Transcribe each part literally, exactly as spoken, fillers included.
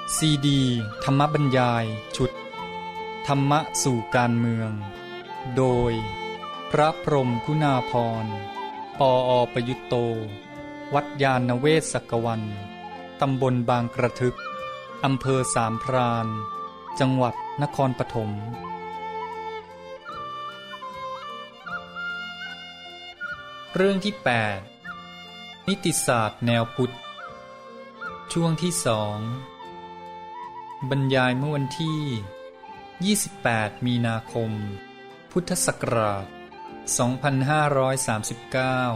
ซีดีธรรมบรรยายชุดธรรมะสู่การเมืองโดยพระพรหมคุณาภรณ์ปออประยุตโตวัดยาณเวศกวันตำบลบางกระทึกอำเภอสามพรานจังหวัดนครปฐมเรื่องที่แปดนิติศาสตร์แนวพุทธช่วงที่สองบรรยายเมื่อวันที่ยี่สิบแปดมีนาคมพุทธศักราชสองพันห้าร้อยสามสิบเก้า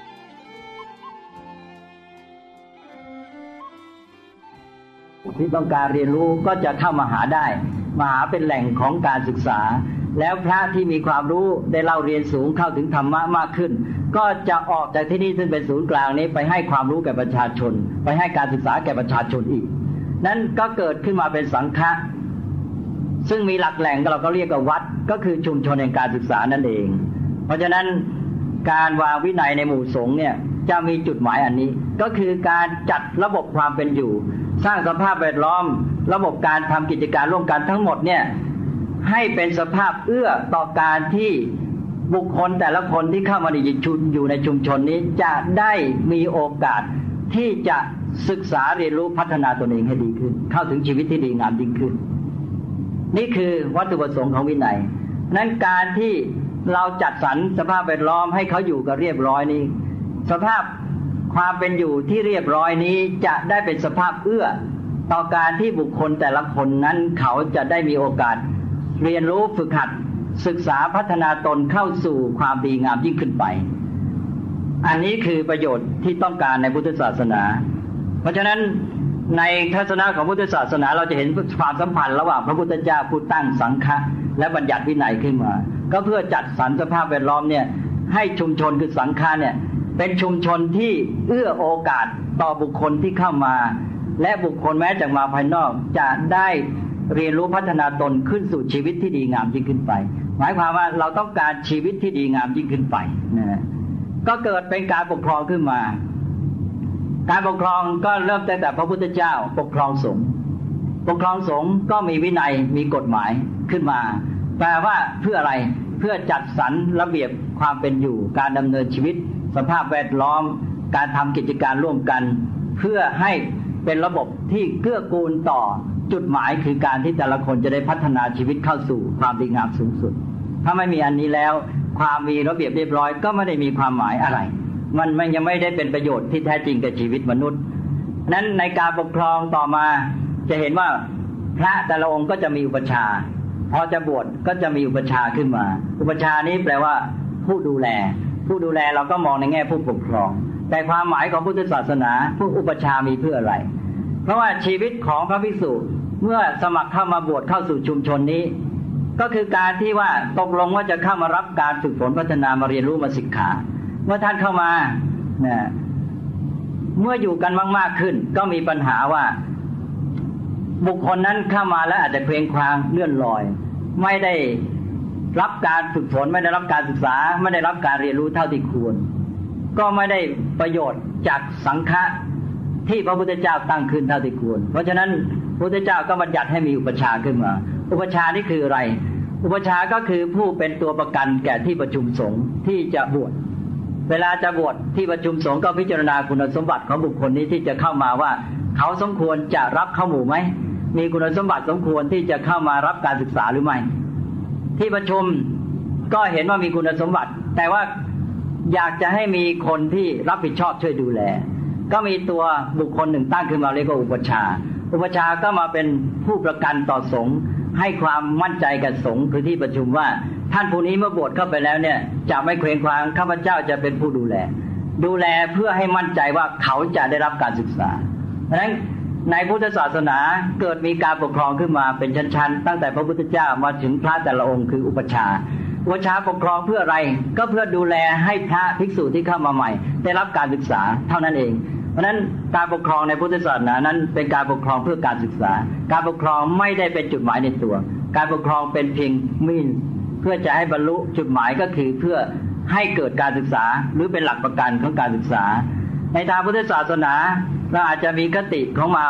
ที่ต้องการเรียนรู้ก็จะเข้ามาหาได้มาหาเป็นแหล่งของการศึกษาแล้วพระที่มีความรู้ได้เล่าเรียนสูงเข้าถึงธรรมะมากขึ้นก็จะออกจากที่นี่ซึ่งเป็นศูนย์กลางนี้ไปให้ความรู้แก่ประชาชนไปให้การศึกษาแก่ประชาชนอีกนั้นก็เกิดขึ้นมาเป็นสังฆะซึ่งมีหลักแหล่งเราก็เรียกว่าวัดก็คือชุมชนแห่งการศึกษานั่นเองเพราะฉะนั้นการวางวินัยในหมู่สงฆ์เนี่ยจะมีจุดหมายอันนี้ก็คือการจัดระบบความเป็นอยู่สร้างสภาพแวดล้อมระบบการทำกิจการร่วมกันทั้งหมดเนี่ยให้เป็นสภาพเอื้อต่อการที่บุคคลแต่ละคนที่เข้ามาในชุมอยู่ในชุมชนนี้จะได้มีโอกาสที่จะศึกษาเรียนรู้พัฒนาตนเองให้ดีขึ้นเข้าถึงชีวิตที่ดีงามยิ่งขึ้นนี่คือวัตถุประสงค์ของวินัยนั้นการที่เราจัดสรรสภาพแวดล้อมให้เขาอยู่กันเรียบร้อยนี้สภาพความเป็นอยู่ที่เรียบร้อยนี้จะได้เป็นสภาพเอื้อต่อการที่บุคคลแต่ละคนนั้นเขาจะได้มีโอกาสเรียนรู้ฝึกหัดศึกษาพัฒนาตนเข้าสู่ความดีงามยิ่งขึ้นไปอันนี้คือประโยชน์ที่ต้องการในพุทธศาสนาเพราะฉะนั้นในทัศนะของพุทธศาสนาเราจะเห็นความสัมพันธ์ระหว่างพระพุทธเจ้าผู้ตั้งสังฆะและบัญญัติวินัยขึ้นมาก็เพื่อจัดสรรสภาพแวดล้อมเนี่ยให้ชุมชนคือสังฆะเนี่ยเป็นชุมชนที่เอื้อโอกาสต่อบุคคลที่เข้ามาและบุคคลแม้จากมาภายนอกจะได้เรียนรู้พัฒนาตนขึ้นสู่ชีวิตที่ดีงามยิ่งขึ้นไปหมายความว่าเราต้องการชีวิตที่ดีงามยิ่งขึ้นไปนะก็เกิดเป็นการปกครองขึ้นมาการปกครองก็เริ่มตั้งแต่พระพุทธเจ้าปกครองสงฆ์ปกครองสงฆ์ก็มีวินัยมีกฎหมายขึ้นมาแปลว่าเพื่ออะไรเพื่อจัดสรรระเบียบความเป็นอยู่การดำเนินชีวิตสภาพแวดล้อมการทำกิจการร่วมกันเพื่อให้เป็นระบบที่เกื้อกูลต่อจุดหมายคือการที่แต่ละคนจะได้พัฒนาชีวิตเข้าสู่ความดีงามสูงสุดถ้าไม่มีอันนี้แล้วความมีระเบียบเรียบร้อยก็ไม่ได้มีความหมายอะไรมันมันยังไม่ได้เป็นประโยชน์ที่แท้จริงกับชีวิตมนุษย์นั้นในการปกครองต่อมาจะเห็นว่าพระแต่ละองค์ก็จะมีอุปชาพอจะบวชก็จะมีอุปชาขึ้นมาอุปชานี้แปลว่าผู้ดูแลผู้ดูแลเราก็มองในแง่ผู้ปกครองแต่ความหมายของพุทธศาสนาผู้อุปชามีเพื่ออะไรเพราะว่าชีวิตของพระภิกษุเมื่อสมัครเข้ามาบวชเข้าสู่ชุมชนนี้ก็คือการที่ว่าตกลงว่าจะเข้ามารับการฝึกฝนพัฒนามาเรียนรู้มาศึกษาเมื่อท่านเข้ามาเนี่ยเมื่ออยู่กันมากๆขึ้นก็มีปัญหาว่าบุคคลนั้นเข้ามาแล้วอาจจะเคว้งคว้างเลื่อนลอยไม่ได้รับการฝึกฝนไม่ได้รับการศึกษาไม่ได้รับการเรียนรู้เท่าที่ควรก็ไม่ได้ประโยชน์จากสังฆะที่พระพุทธเจ้าตั้งขึ้นเท่าที่ควรเพราะฉะนั้นพระพุทธเจ้าก็บัญญัติให้มีอุปชาขึ้นมาอุปชานี่คืออะไรอุปชาก็คือผู้เป็นตัวประกันแก่ที่ประชุมสงฆ์ที่จะบวชเวลาจะบวชที่ประชุมสงฆ์ก็พิจารณาคุณสมบัติของบุคคลนี้ที่จะเข้ามาว่าเขาสมควรจะรับเข้าหมู่ไหมมีคุณสมบัติสมควรที่จะเข้ามารับการศึกษาหรือไม่ที่ประชุมก็เห็นว่ามีคุณสมบัติแต่ว่าอยากจะให้มีคนที่รับผิดชอบช่วยดูแลก็มีตัวบุคคลหนึ่งตั้งขึ้นมาเรียกว่าอุปชาอุปชาก็มาเป็นผู้ประกันต่อสงฆ์ให้ความมั่นใจกับสงฆ์คือที่ประชุมว่าท่านผู้นี้เมื่อบวชเข้าไปแล้วเนี่ยจะไม่เคว้งคว้างข้าพเจ้าจะเป็นผู้ดูแลดูแลเพื่อให้มั่นใจว่าเขาจะได้รับการศึกษาเพราะฉะนั้นในพุทธศาสนาเกิดมีการปกครองขึ้นมาเป็นชั้นๆตั้งแต่พระพุทธเจ้ามาถึงพระแต่ละองค์คืออุปชาอุปชาปกครองเพื่ออะไรก็เพื่อดูแลให้พระภิกษุที่เข้ามาใหม่ได้รับการศึกษาเท่านั้นเองเพราะฉะนั้นการปกครองในพุทธศาสนานั้นเป็นการปกครองเพื่อการศึกษาการปกครองไม่ได้เป็นจุดหมายในตัวการปกครองเป็นเพียงมีนเพื่อจะให้บรรลุจุดหมายก็คือเพื่อให้เกิดการศึกษาหรือเป็นหลักประกันของการศึกษาในทางพุทธศาสนาเราอาจจะมีคติของเรา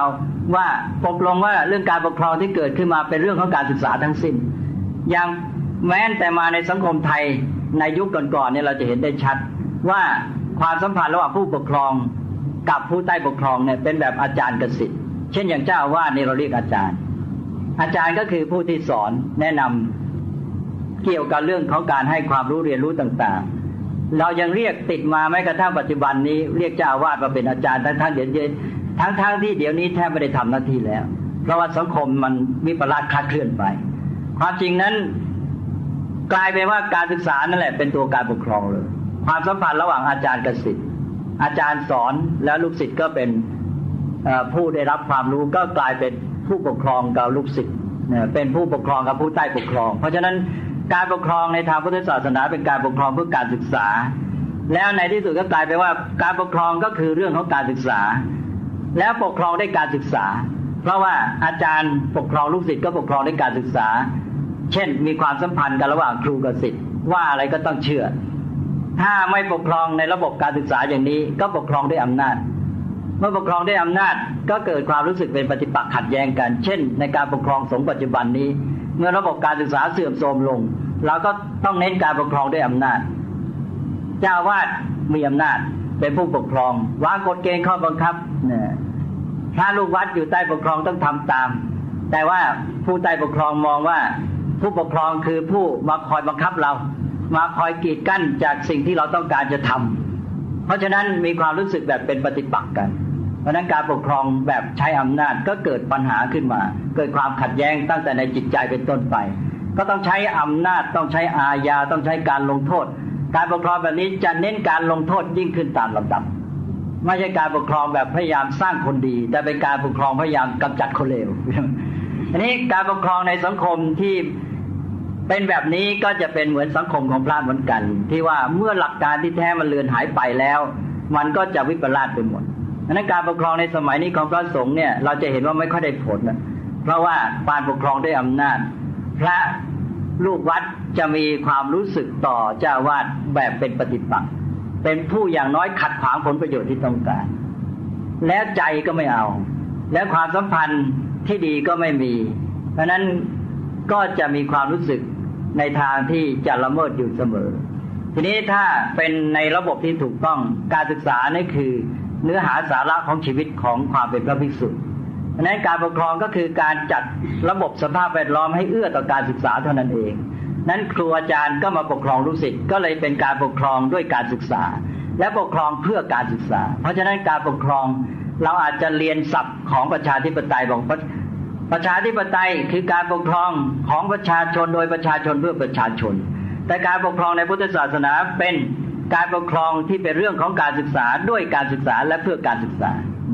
ว่าตกลงว่าเรื่องการปกครองที่เกิดขึ้นมาเป็นเรื่องของการศึกษาทั้งสิ้นอย่างแม้แต่มาในสังคมไทยในยุคก่อนๆเนี่ยเราจะเห็นได้ชัดว่าความสัมพันธ์ระหว่างผู้ปกครองกับผู้ใต้ปกครองเนี่ยเป็นแบบอาจารย์กับศิษย์เช่นอย่างเจ้าอาวาสนี่เราเรียกอาจารย์อาจารย์ก็คือผู้ที่สอนแนะนำเกี่ยวกับเรื่องของการให้ความรู้เรียนรู้ต่างๆเรายังเรียกติดมาแม้กระทั่งปัจจุบันนี้เรียกเจ้าอาวาสมาเป็นอาจารย์ทั้งๆเดี๋ยวนี้ทั้งๆที่เดี๋ยวนี้แทบไม่ได้ทำหน้าที่แล้วเพราะว่าสังคมมันวิปลาสคลาดเคลื่อนไปความจริงนั้นกลายเป็นว่าการศึกษานั่นแหละเป็นตัวการปกครองเลยความสัมพันธ์ระหว่างอาจารย์กับศิษย์อาจารย์สอนแล้วลูกศิษย์ก็เป็นผู้ได้รับความรู้ก็กลายเป็นผู้ปกครองกับลูกศิษย์เป็นผู้ปกครองกับผู้ใต้ปกครองเพราะฉะนั้นการปกครองในทางพุทธศาสนาเป็นการปกครองเพื่อการศึกษาแล้วในที่สุดก็กลายเป็นว่าการปกครองก็คือเรื่องของการศึกษาแล้วปกครองได้การศึกษาเพราะว่าอาจารย์ปกครองลูกศิษย์ก็ปกครองได้การศึกษาเช่นมีความสัมพันธ์กันระหว่างครูกับศิษย์ว่าอะไรก็ต้องเชื่อถ้าไม่ปกครองในระบบการศึกษาอย่างนี้ก็ปกครองด้วยอำนาจเมื่อปกครองด้วยอำนาจก็เกิดความรู้สึกเป็นปฏิปักษ์ขัดแย้งกันเช่นในการปกครองสงฆ์ปัจจุบันนี้เมื่อระบบการศึกษาเสื่อมโทรมลงเราก็ต้องเน้นการปกครองด้วยอำนาจเจ้าอาวาสมีอำนาจเป็นผู้ปกครองวางกฎเกณฑ์ข้อบังคับเนี่ยพระลูกวัดอยู่ใต้ปกครองต้องทำตามแต่ว่าผู้ใต้ปกครองมองว่าผู้ปกครองคือผู้มาคอยบังคับเรามาคอยกีดกั้นจากสิ่งที่เราต้องการจะทำเพราะฉะนั้นมีความรู้สึกแบบเป็นปฏิปักษ์กันเพราะฉะนั้นการปกครองแบบใช้อำนาจก็เกิดปัญหาขึ้นมาเกิดความขัดแย้งตั้งแต่ในจิตใจเป็นต้นไปก็ต้องใช้อำนาจต้องใช้อาญาต้องใช้การลงโทษการปกครองแบบนี้จะเน้นการลงโทษยิ่งขึ้นตามลำดับไม่ใช่การปกครองแบบพยายามสร้างคนดีแต่เป็นการปกครองพยายามกำจัดคนเลวอันนี้การปกครองในสังคมที่เป็นแบบนี้ก็จะเป็นเหมือนสังคมของพระเหมือนกันที่ว่าเมื่อหลักการที่แท้มันเลือนหายไปแล้วมันก็จะวิปลาสไปหมดดังนั้นการปกครองในสมัยนี้ของพระสงฆ์เนี่ยเราจะเห็นว่าไม่ค่อยได้ผลนะเพราะว่าการปกครองด้วยอำนาจพระลูกวัดจะมีความรู้สึกต่อเจ้าวาดแบบเป็นปฏิปักษ์เป็นผู้อย่างน้อยขัดขวางผลประโยชน์ที่ต้องการแล้วใจก็ไม่เอาและความสัมพันธ์ที่ดีก็ไม่มีเพราะนั้นก็จะมีความรู้สึกในทางที่จะละเมิดอยู่เสมอทีนี้ถ้าเป็นในระบบที่ถูกต้องการศึกษานี่คือเนื้อหาสาระของชีวิตของความเป็นพระภิกษุเพราะนั้นการปกครองก็คือการจัดระบบสภาพแวดล้อมให้เอื้อต่อการศึกษาเท่านั้นเองนั้นครูอาจารย์ก็มาปกครองลูกศิษย์ก็เลยเป็นการปกครองด้วยการศึกษาและปกครองเพื่อการศึกษาเพราะฉะนั้นการปกครองเราอาจจะเรียนศัพท์ของประชาธิปไตยบอกประชาธิปไตยคือการปกครองของประชาชนโดยประชาชนเพื่อประชาชนแต่การปกครองในพุทธศาสนาเป็นการปกครองที่เป็นเรื่องของการศึกษาด้วยการศึกษาและเพื่อการศึกษา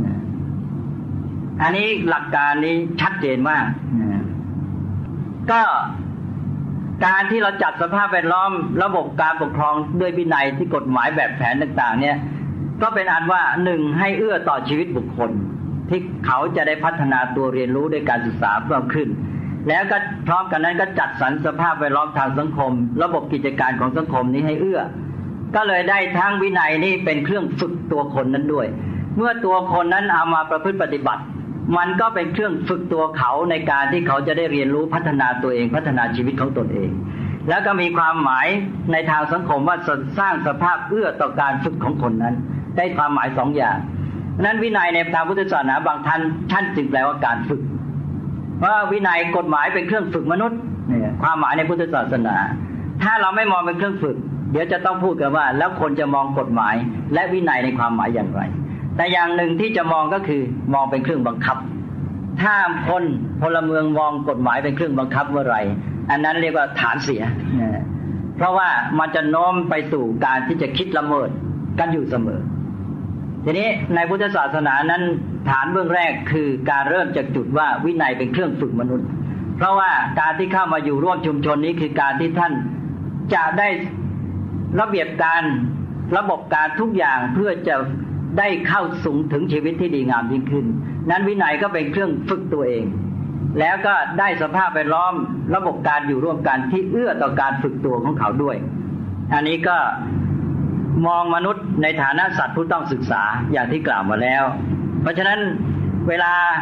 อันนี้หลักการนี้ชัดเจนมากก็การที่เราจัดสภาพแวดล้อมระบบการปกครองด้วยวินัยที่กฎหมายแบบแผนต่างๆเนี่ยก็เป็นอันว่าหนึ่งให้เอื้อต่อชีวิตบุคคลที่เขาจะได้พัฒนาตัวเรียนรู้ด้วยการศึกษาเพิ่มขึ้นแล้วก็พร้อมกันนั้นก็จัดสรรสภาพแวดล้อมทางสังคมระบบกิจการของสังคมนี้ให้เอื้อก็เลยได้ทั้งวินัยนี่เป็นเครื่องฝึกตัวคนนั้นด้วยเมื่อตัวคนนั้นเอามาประพฤติปฏิบัติมันก็เป็นเครื่องฝึกตัวเขาในการที่เขาจะได้เรียนรู้พัฒนาตัวเองพัฒนาชีวิตของตนเองแล้วก็มีความหมายในทางสังคมว่าสร้างสภาพเอื้อต่อการฝึกของคนนั้นได้ความหมายสองอย่างนั้นวินัยในทางพุทธศาสนาบางท่านท่านจึงแปลว่าการฝึกเพราะวินัยกฎหมายเป็นเครื่องฝึกมนุษย์เนี่ยความหมายในพุทธศาสนาถ้าเราไม่มองเป็นเครื่องฝึกเดี๋ยวจะต้องพูดกันว่าแล้วคนจะมองกฎหมายและวินัยในความหมายอย่างไรแต่อย่างหนึ่งที่จะมองก็คือมองเป็นเครื่องบังคับถ้าคนพลเมืองมองกฎหมายเป็นเครื่องบังคับเมื่อไหร่อันนั้นเรียกว่าฐานเสียเพราะว่ามันจะโน้มไปสู่การที่จะคิดละเมิดกันอยู่เสมอทีนี้ในพุทธศาสนานั้นฐานเบื้องแรกคือการเริ่มจากจุดว่าวินัยเป็นเครื่องฝึกมนุษย์เพราะว่าการที่เข้ามาอยู่ร่วมชุมชนนี้คือการที่ท่านจะได้ระเบียบการระบบการทุกอย่างเพื่อจะได้เข้าสู่ถึงชีวิตที่ดีงามยิ่งขึ้นนั้นวินัยก็เป็นเครื่องฝึกตัวเองแล้วก็ได้สภาพแวดล้อมระบบการอยู่ร่วมกันที่เอื้อต่อการฝึกตัวของเขาด้วยอันนี้ก็มองมนุษย์ในฐานะสัตว์ผู้ต้องศึกษาอย่างที่กล่าวมาแล้วเพราะฉะนั้นเวลา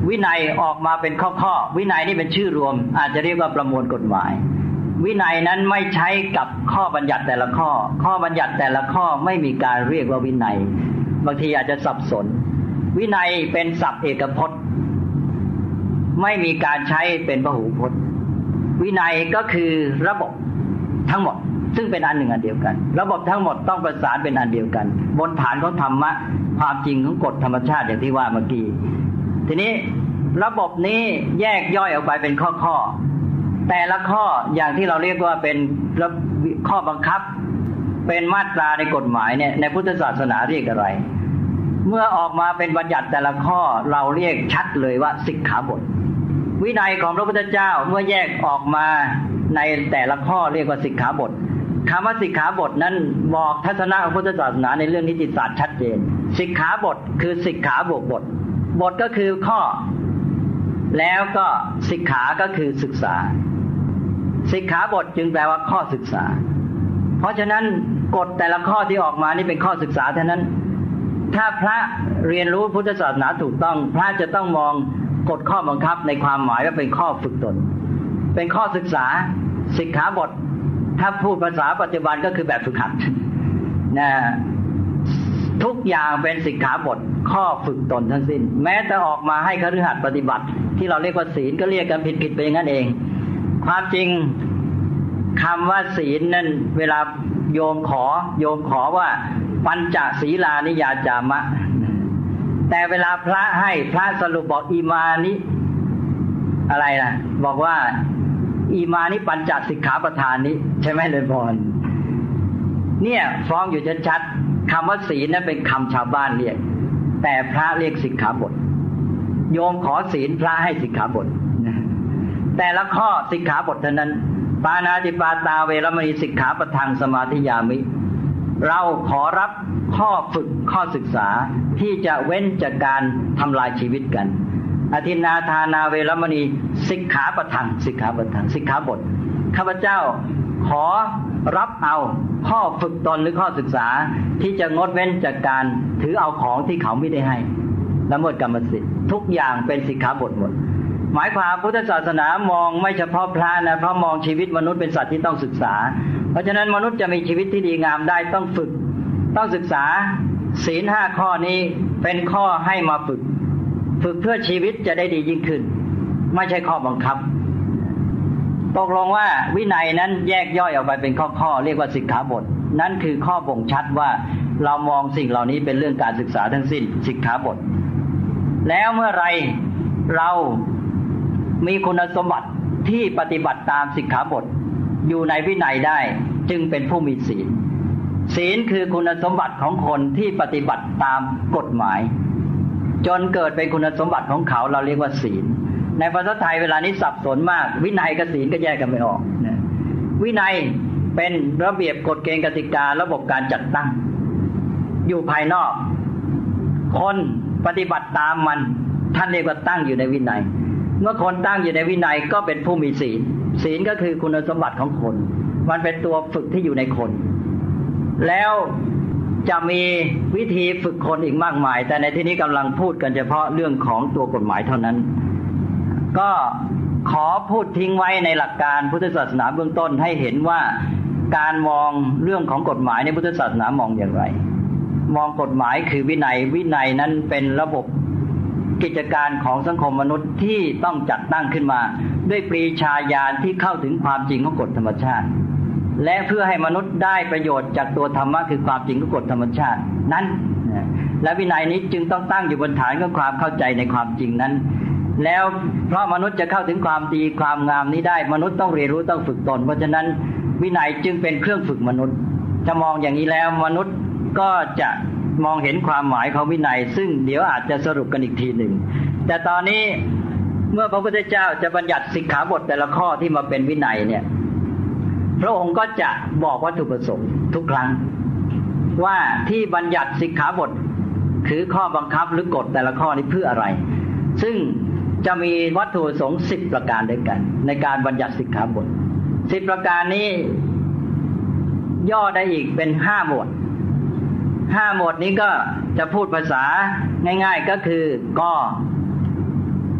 วินัยออกมาเป็นข้อๆวินัยนี่เป็นชื่อรวมอาจจะเรียกว่าประมวลกฎหมายวินัยนั้นไม่ใช้กับข้อบัญญัติแต่ละข้อข้อบัญญัติแต่ละข้อไม่มีการเรียกว่าวินัยบางทีอาจจะสับสนวินัยเป็นศัพท์เอกพจน์ไม่มีการใช้เป็นพหูพจน์วินัยก็คือระบบทั้งหมดซึ่งเป็นอันหนึ่งอันเดียวกันระบบทั้งหมดต้องประสานเป็นอันเดียวกันบนฐานของธรรมะความจริงของกฎธรรมชาติอย่างที่ว่าเมื่อกี้ทีนี้ระบบนี้แยกย่อยออกไปเป็นข้อๆแต่ละข้ออย่างที่เราเรียกว่าเป็นข้อบังคับเป็นมาตราในกฎหมายเนี่ยในพุทธศาสนาเรียกอะไรเมื่อออกมาเป็นบัญญัติแต่ละข้อเราเรียกชัดเลยว่าสิกขาบทวินัยของพระพุทธเจ้าเมื่อแยกออกมาในแต่ละข้อเรียกว่าสิกขาบทคำว่าสิกขาบทนั้นบอกทัศนะของพุทธศาสนาในเรื่องนิติศาสตร์ชัดเจนสิกขาบทคือสิกขาบวกบทบทก็คือข้อแล้วก็สิกขาก็คือศึกษาสิกขาบทจึงแปลว่าข้อศึกษาเพราะฉะนั้นกฎแต่ละข้อที่ออกมานี่เป็นข้อศึกษาเท่านั้นถ้าพระเรียนรู้พุทธศาสนาถูกต้องพระจะต้องมองกฎข้อบังคับในความหมายว่าเป็นข้อฝึกตนเป็นข้อศึกษาสิกขาบทถ้าพูดภาษาปัจจุบันก็คือแบบฝึกหัดนะทุกอย่างเป็นสิกขาบทข้อฝึกตนทั้งสิ้นแม้แต่ออกมาให้คฤหัสถ์ปฏิบัติที่เราเรียกว่าศีลก็เรียกกันผิดๆไปอย่างนั้นเองความจริงคำว่าศีลนั้นเวลาโยมขอโยมขอว่าปัญจศีลานิยาจามะแต่เวลาพระให้พระสรุปบอกอิมานิอะไรล่ะบอกว่าอิมานิปัญจสิกขาประธานนี้ใช่ไหมเลยพรเนี่ยฟ้องอยู่ชัดๆคำว่าศีลนั้นเป็นคำชาวบ้านเรียกแต่พระเรียกสิกขาบทโยมขอศีลพระให้สิกขาบทแต่ละข้อสิกขาบทเท่านั้นปาณาติปาตาเวรมณีสิกขาปะทังสมาธิยามิเราขอรับข้อฝึกข้อศึกษาที่จะเว้นจากการทำลายชีวิตกันอทินนาทานาเวรมณีสิกขาปะทังสิกขาปะทังสิกขาบทข้าพเจ้าขอรับเอาข้อฝึกตนหรือข้อศึกษาที่จะงดเว้นจากการถือเอาของที่เขาไม่ได้ให้ละเมิดกรรมสิทธิ์ทุกอย่างเป็นสิกขาบทหมดหมายความพุทธศาสนามองไม่เฉพาะพระนะเพราะมองชีวิตมนุษย์เป็นสัตว์ที่ต้องศึกษาเพราะฉะนั้นมนุษย์จะมีชีวิตที่ดีงามได้ต้องฝึกต้องศึกษาศีลห้าข้อนี้เป็นข้อให้มาฝึกฝึกเพื่อชีวิตจะได้ดียิ่งขึ้นไม่ใช่ข้อบังคับตกลงว่าวินัยนั้นแยกย่อยออกไปเป็นข้อๆเรียกว่าสิกขาบทนั่นคือข้อบ่งชัดว่าเรามองสิ่งเหล่านี้เป็นเรื่องการศึกษาทั้งสิ้นสิกขาบทแล้วเมื่อไรเรามีคุณสมบัติที่ปฏิบัติตามสิกขาบทอยู่ในวินัยได้จึงเป็นผู้มีศีลศีลคือคุณสมบัติของคนที่ปฏิบัติตามกฎหมายจนเกิดเป็นคุณสมบัติของเขาเราเรียกว่าศีลในภาษาไทยเวลานี้สับสนมากวินัยกับศีลก็แยกกันไม่ออกนะวินัยเป็นระเบียบกฎเกณฑ์กติการะบบการจัดตั้งอยู่ภายนอกคนปฏิบัติตามมันท่านเรียกว่าตั้งอยู่ในวินัยเมื่อคนตั้งอยู่ในวินัยก็เป็นผู้มีศีลศีลก็คือคุณสมบัติของคนมันเป็นตัวฝึกที่อยู่ในคนแล้วจะมีวิธีฝึกคนอีกมากมายแต่ในที่นี้กำลังพูดกันเฉพาะเรื่องของตัวกฎหมายเท่านั้นก็ขอพูดทิ้งไว้ในหลักการพุทธศาสนาเบื้องต้นให้เห็นว่าการมองเรื่องของกฎหมายในพุทธศาสนามองอย่างไรมองกฎหมายคือวินัยวินัยนั้นเป็นระบบกิจการของสังคมมนุษย์ที่ต้องจัดตั้งขึ้นมาด้วยปรีชาญาณที่เข้าถึงความจริงของกฎธรรมชาติและเพื่อให้มนุษย์ได้ประโยชน์จากตัวธรรมะคือความจริงของกฎธรรมชาตินั้นและวินัยนี้จึงต้องตั้งอยู่บนฐานของความเข้าใจในความจริงนั้นแล้วเพราะมนุษย์จะเข้าถึงความดีความงามนี้ได้มนุษย์ต้องเรียนรู้ต้องฝึกตนเพราะฉะนั้นวินัยจึงเป็นเครื่องฝึกมนุษย์จะมองอย่างนี้แล้วมนุษย์ก็จะมองเห็นความหมายของวินัยซึ่งเดี๋ยวอาจจะสรุปกันอีกทีหนึ่งแต่ตอนนี้เมื่อพระพุทธเจ้าจะบัญญัติสิกขาบทแต่ละข้อที่มาเป็นวินัยเนี่ยพระองค์ก็จะบอกวัตถุประสงค์ทุกครั้งว่าที่บัญญัติสิกขาบทคือข้อบังคับหรือกฎแต่ละข้อนี้เพื่ออะไรซึ่งจะมีวัตถุประสงค์สิบประการด้วยกันในการบัญญัติสิกขาบทสิบประการนี้ย่อได้อีกเป็นห้าหมวดห้าหมวดนี้ก็จะพูดภาษาง่ายๆก็คือก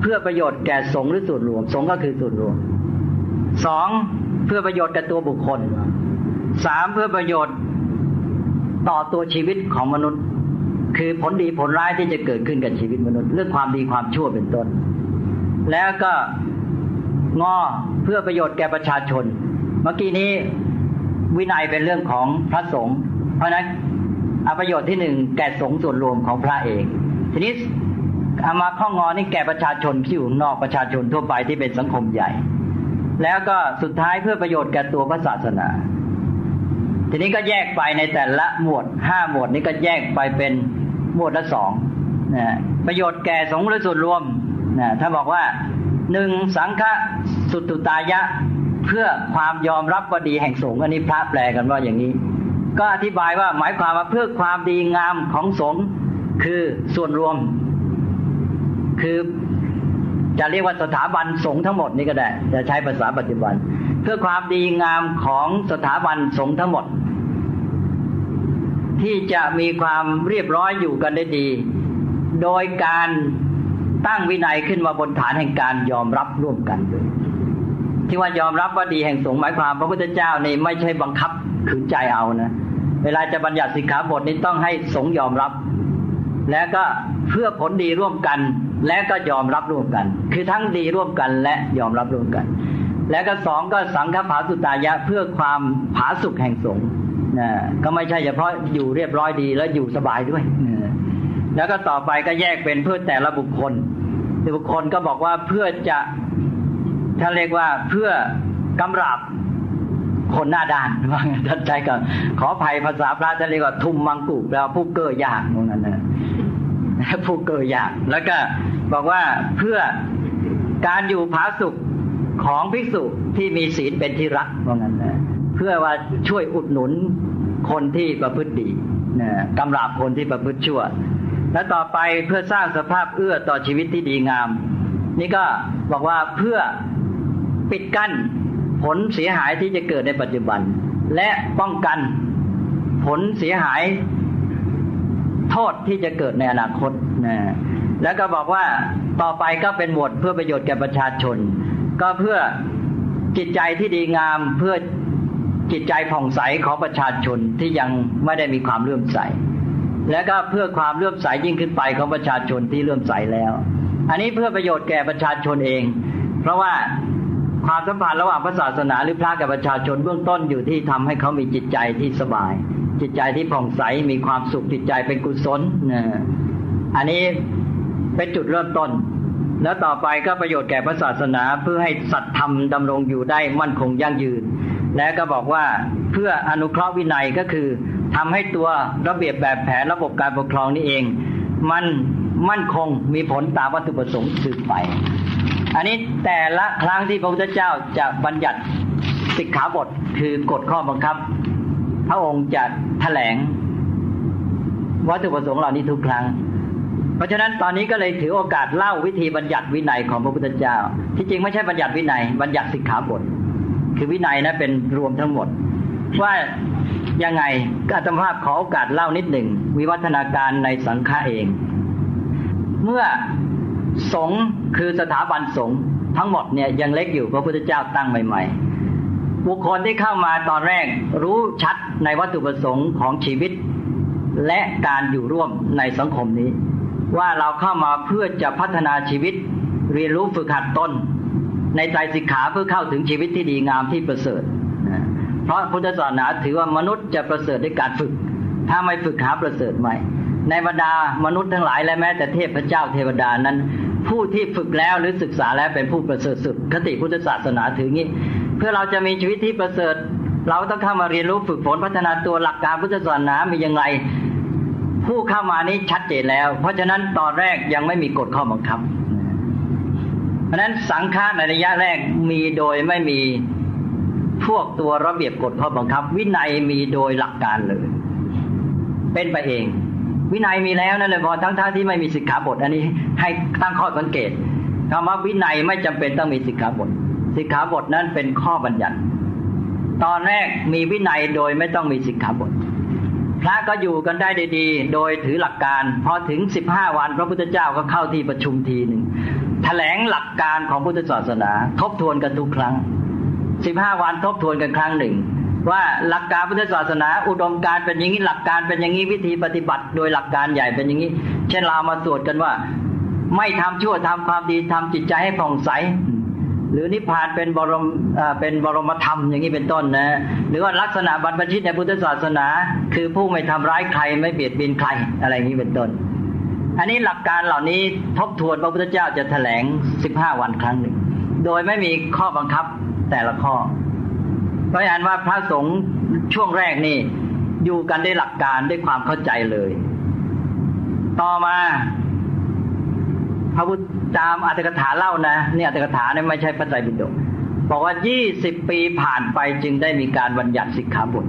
เพื่อประโยชน์แก่สงฆ์หรือส่วนรวมสงฆ์ก็คือส่วนรวมสองเพื่อประโยชน์แก่ตัวบุคคลสามเพื่อประโยชน์ต่อตัวชีวิตของมนุษย์คือผลดีผลร้ายที่จะเกิดขึ้นกับชีวิตมนุษย์เรื่องความดีความชั่วเป็นต้นแล้วก็งอเพื่อประโยชน์แก่ประชาชนเมื่อกี้นี้วินัยเป็นเรื่องของพระสงฆ์เพราะนั้นเอาประโยชน์ที่หนึ่งแก่สงฆ์ส่วนรวมของพระเองทีนี้เอามาข้องอนี่แก่ประชาชนที่อยู่นอกประชาชนทั่วไปที่เป็นสังคมใหญ่แล้วก็สุดท้ายเพื่อประโยชน์แก่ตัวพระศาสนาทีนี้ก็แยกไปในแต่ละหมวดห้าหมวดนี้ก็แยกไปเป็นหมวดละสองนะประโยชน์แก่สงฆ์และส่วนรวมนะถ้าบอกว่าหนึ่งสังฆสุตตุตายะเพื่อความยอมรับว่าดีแห่งสงฆ์อันนี้พระแปลกันว่าอย่างนี้ก็อธิบายว่าหมายความว่าเพื่อความดีงามของสงฆ์คือส่วนรวมคือจะเรียกว่าสถาบันสงฆ์ทั้งหมดนี่ก็ได้จะใช้ภาษาปัจจุบันเพื่อความดีงามของสถาบันสงฆ์ทั้งหมดที่จะมีความเรียบร้อยอยู่กันได้ดีโดยการตั้งวินัยขึ้นมาบนฐานแห่งการยอมรับร่วมกันที่ว่ายอมรับว่าดีแห่งสงฆ์หมายความพระพุทธเจ้านี่ไม่ใช่บังคับขืนใจเอานะเวลาจะบัญญัติสิกขาบทนี้ต้องให้สงฆ์ยอมรับแล้วก็เพื่อผลดีร่วมกันและก็ยอมรับร่วมกันคือทั้งดีร่วมกันและยอมรับร่วมกันแล้วก็สองก็สังฆผาสุตายะเพื่อความผาสุกแห่งสงฆ์นะก็ไม่ใช่เฉพาะอยู่เรียบร้อยดีแล้วอยู่สบายด้วยนะแล้วก็ต่อไปก็แยกเป็นเพื่อแต่ละบุคคลบุคคลก็บอกว่าเพื่อจะถ้าเรียกว่าเพื่อกำราบคนหน้าด้านว่าท่านใช้กันขออภัยภาษาพระท่านเรียกว่าทุมมังกุแปลว่าผู้เก้อยากตรงนั้นนะผู้เก้อยากแล้วก็บอกว่าเพื่อการอยู่ผาสุกของภิกษุที่มีศีลเป็นที่รักว่างั้นนะเพื่อว่าช่วยอุดหนุนคนที่ประพฤติดีนะกำราบคนที่ประพฤติชั่วและต่อไปเพื่อสร้างสภาพเอื้อต่อชีวิตที่ดีงามนี่ก็บอกว่าเพื่อปิดกั้นผลเสียหายที่จะเกิดในปัจจุบันและป้องกันผลเสียหายโทษที่จะเกิดในอนาคตนะแล้วก็บอกว่าต่อไปก็เป็นหมวดเพื่อประโยชน์แก่ประชาชนก็เพื่อจิตใจที่ดีงามเพื่อจิตใจผ่องใสของประชาชนที่ยังไม่ได้มีความเลื่อมใสแล้วก็เพื่อความเลื่อมใสยิ่งขึ้นไปของประชาชนที่เลื่อมใสแล้วอันนี้เพื่อประโยชน์แก่ประชาชนเองเพราะว่าความสัมพันธ์ระหว่างพระศาสนาหรือพระกับประชาชนเบื้องต้นอยู่ที่ทำให้เขามีจิตใจที่สบายจิตใจที่ผ่องใสมีความสุขจิตใจเป็นกุศลนะอันนี้เป็นจุดเริ่มต้นแล้วต่อไปก็ประโยชน์แก่พระศาสนาเพื่อให้สัตย์ธรรมดำรงอยู่ได้มั่นคงยั่งยืนและก็บอกว่าเพื่ออนุเคราะห์วินัยก็คือทำให้ตัวระเบียบแบบแผนระบบการปกครองนี่เองมันมั่นคงมีผลตามวัตถุประสงค์สืบไปอันนี้แต่ละครั้งที่พระพุทธเจ้าจะบัญญัติสิกขาบทคือกฎข้อบังคับพระองค์จะแถลงวัตถุประสงค์เหล่านี้ทุกครั้งเพราะฉะนั้นตอนนี้ก็เลยถือโอกาสเล่าวิธีบัญญัติวินัยของพระพุทธเจ้าที่จริงไม่ใช่บัญญัติวินัยบัญญัติสิกขาบทคือวินัยนะเป็นรวมทั้งหมดว่ายังไงก็อาตมาขอโอกาสเล่านิดหนึ่งวิวัฒนาการในสังฆะเองเมื่อสงฆ์คือสถาบันสงฆ์ทั้งหมดเนี่ยยังเล็กอยู่พระพุทธเจ้าตั้งใหม่ๆบุคคลที่เข้ามาตอนแรกรู้ชัดในวัตถุประสงค์ของชีวิตและการอยู่ร่วมในสังคมนี้ว่าเราเข้ามาเพื่อจะพัฒนาชีวิตเรียนรู้ฝึกหัดตนในไตรสิกขาเพื่อเข้าถึงชีวิตที่ดีงามที่ประเสริฐเพราะพุทธศาสนาถือว่ามนุษย์จะประเสริฐด้วยการฝึกถ้าไม่ฝึกหาประเสริฐไม่ในบรรดามนุษย์ทั้งหลายและแม้แต่เทพเจ้าเทวดานั้นผู้ที่ฝึกแล้วหรือศึกษาแล้วเป็นผู้ประเสริฐสุดคติพุทธศาสนาถืองี้เพื่อเราจะมีชีวิตที่ประเสริฐเราต้องเข้ามาเรียนรู้ฝึกฝนพัฒนาตัวหลักการพุทธศาสนามีอย่างไรผู้เข้ามานี้ชัดเจนแล้วเพราะฉะนั้นตอนแรกยังไม่มีกฎข้อบังคับเพราะฉะนั้นสังฆะในระยะแรกมีโดยไม่มีพวกตัวระเบียบกฎข้อบังคับวินัยมีโดยหลักการเลยเป็นไปเองวินัยมีแล้วนั่นเลยพอทั้งๆ ท, ที่ไม่มีสิกขาบทอันนี้ให้ตั้งข้อสังเกตคำว่าวินัยไม่จำเป็นต้องมีสิกขาบทสิกขาบทนั้นเป็นข้อบัญญัติตอนแรกมีวินัยโดยไม่ต้องมีสิกขาบทพระก็อยู่กันได้ดีๆโดยถือหลักการพอถึงสิบห้าวันพระพุทธเจ้าก็เข้าที่ประชุมทีหนึ่งแถลงหลักการของพุทธศาสนาทบทวนกันทุกครั้งสิบห้าวันทบทวนกันครั้งหนึ่งว่าหลักการพุทธศาสนาอุดมการเป็นอย่างนี้หลักการเป็นอย่างนี้วิธีปฏิบัติโดยหลักการใหญ่เป็นอย่างนี้เช่นเรามาสวดกันว่าไม่ทำชั่วทำความดีทำจิตใจให้ผ่องใสหรือนิพพานเป็นบรมเป็นบรมธรรมอย่างนี้เป็นต้นนะหรือว่าลักษณะบรรพชิตในพุทธศาสนาคือผู้ไม่ทำร้ายใครไม่เบียดเบียนใครอะไรอย่างนี้เป็นต้นอันนี้หลักการเหล่านี้ทบทวนพระพุทธเจ้าจะแถลงสิบห้าวันครั้งหนึ่งโดยไม่มีข้อบังคับแต่ละข้อเพราะฉะนั้นว่าพระสงฆ์ช่วงแรกนี่อยู่กันด้วยหลักการด้วยความเข้าใจเลยต่อมาพระพุทธตามอรรถกถาเล่านะเนี่ยอรรถกถาเนี่ยไม่ใช่พระไตรปิฎกบอกว่ายี่สิบปีผ่านไปจึงได้มีการบัญญัติสิกขาบท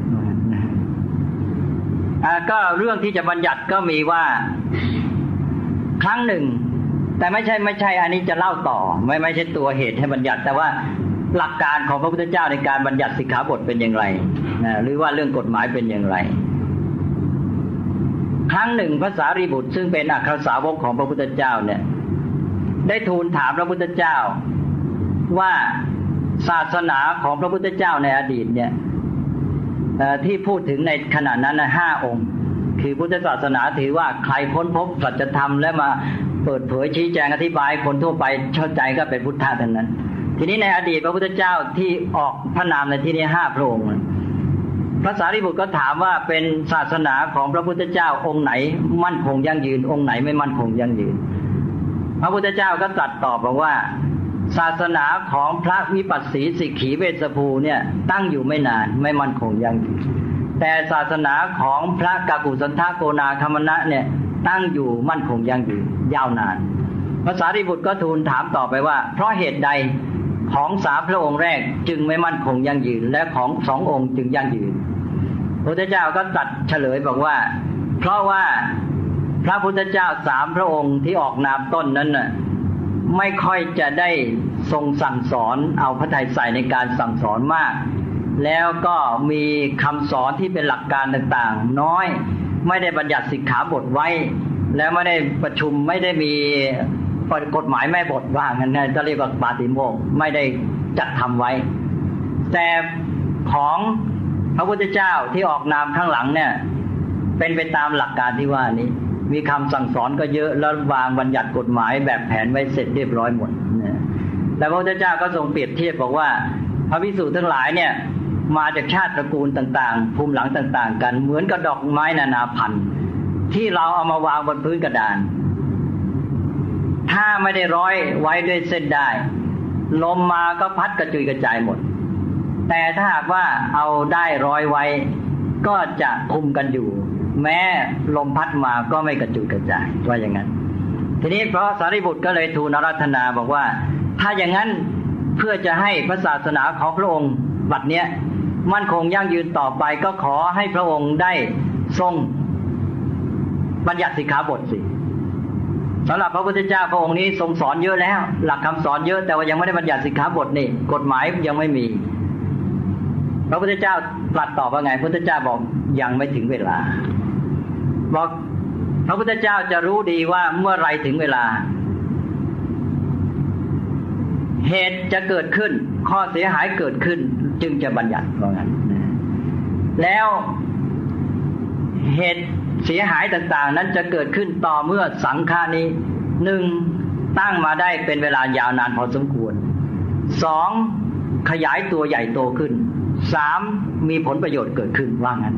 อ่าก็เรื่องที่จะบัญญัติก็มีว่าครั้งหนึ่งแต่ไม่ใช่ไม่ใช่อันนี้จะเล่าต่อไม่ไม่ใช่ตัวเหตุให้บัญญัติแต่ว่าหลักการของพระพุทธเจ้าในการบัญญัติสิกขาบทเป็นอย่างไรนะหรือว่าเรื่องกฎหมายเป็นอย่างไรครั้งหนึ่งพระสารีบุตรซึ่งเป็นอัครสาวกของพระพุทธเจ้าเนี่ยได้ทูลถามพระพุทธเจ้าว่าศาสนาของพระพุทธเจ้าในอดีตเนี่ยที่พูดถึงในขณะนั้นนะห้าองค์คือพุทธศาสนาถือว่าใครค้นพบสัจธรรมและมาเปิดเผยชี้แจงอธิบายคนทั่วไปเข้าใจก็เป็นพุทธะเท่านั้นทีนี้ในอดีตพระพุทธเจ้าที่ออกพระนามในที่นี้ห้าพระองค์พระสารีบุตรก็ถามว่าเป็นศาสนาของพระพุทธเจ้าองค์ไหนมั่นคงยั่งยืนองค์ไหนไม่มั่นคงยั่งยืนพระพุทธเจ้าก็ตรัสตอบบอกว่าศาสนาของพระวิปัสสีสิกขีเวสภูเนี่ยตั้งอยู่ไม่นานไม่มั่นคงยั่งยืนแต่ศาสนาของพระกักุสันทโกนาคัมมนะเนี่ยตั้งอยู่มั่นคงยั่งยืนยาวนานพระสารีบุตรก็ทูลถามต่อไปว่าเพราะเหตุใดของสามพระองค์แรกจึงไม่มั่นคงยั่งยืนและของสององค์จึงยั่งยืนพระพุทธเจ้าก็ตรัสเฉลยบอกว่าเพราะว่าพระพุทธเจ้าสามพระองค์ที่ออกนามต้นนั้นน่ะไม่ค่อยจะได้ทรงสั่งสอนเอาพระทัยใส่ในการสั่งสอนมากแล้วก็มีคำสอนที่เป็นหลักการต่างๆน้อยไม่ได้บัญญัติสิกขาบทไว้แล้วไม่ได้ประชุมไม่ได้มีกฎหมายแม่บทว่างั้นนะจะเรียกว่าปาติโมกข์ไม่ได้จัดทำไว้แต่ของพระพุทธเจ้าที่ออกนามข้างหลังเนี่ยเป็นไปตามหลักการที่ว่านี้มีคำสั่งสอนก็เยอะแล้ววางบัญญัติกฎหมายแบบแผนไว้เสร็จเรียบร้อยหมดนะแต่พระพุทธเจ้าก็ทรงเปรียบเทียบบอกว่าพระภิกษุทั้งหลายเนี่ยมาจากชาติตระกูลต่างๆภูมิหลังต่างๆกันเหมือนกับดอกไม้นานาพันธุ์ที่เราเอามาวางบนพื้นกระดานถ้าไม่ได้ร้อยไว้ด้วยเส้นได้ลมมาก็พัดกระจุยกระจายหมดแต่ถ้าหากว่าเอาได้ร้อยไว้ก็จะคุมกันอยู่แม้ลมพัดมาก็ไม่กระจุยกระจายว่าอย่างนั้นทีนี้เพราะสารีบุตรก็เลยทูลอาราธนาบอกว่าถ้าอย่างนั้นเพื่อจะให้พระศาสนาของพระองค์บัดเนี้ยมั่นคงยั่งยืนต่อไปก็ขอให้พระองค์ได้ทรงบัญญัติสิกขาบทสิสำหรับพระพุทธเจ้าพระองค์นี้ทรงสอนเยอะแล้วหลักคำสอนเยอะแต่ว่ายังไม่ได้บัญญัติสิกขาบทนี่กฎหมายยังไม่มีพระพุทธเจ้าตรัสตอบว่าไงพระพุทธเจ้าบอกยังไม่ถึงเวลาบอกพระพุทธเจ้าจะรู้ดีว่าเมื่อไรถึงเวลาเหตุจะเกิดขึ้นข้อเสียหายเกิดขึ้นจึงจะบัญญัติว่างั้นแล้วเหตุเสียหายต่างๆนั้นจะเกิดขึ้นต่อเมื่อสังฆานี้หนึ่งตั้งมาได้เป็นเวลายาวนานพอสมควรสองขยายตัวใหญ่โตขึ้นสามมีผลประโยชน์เกิดขึ้นว่างั้น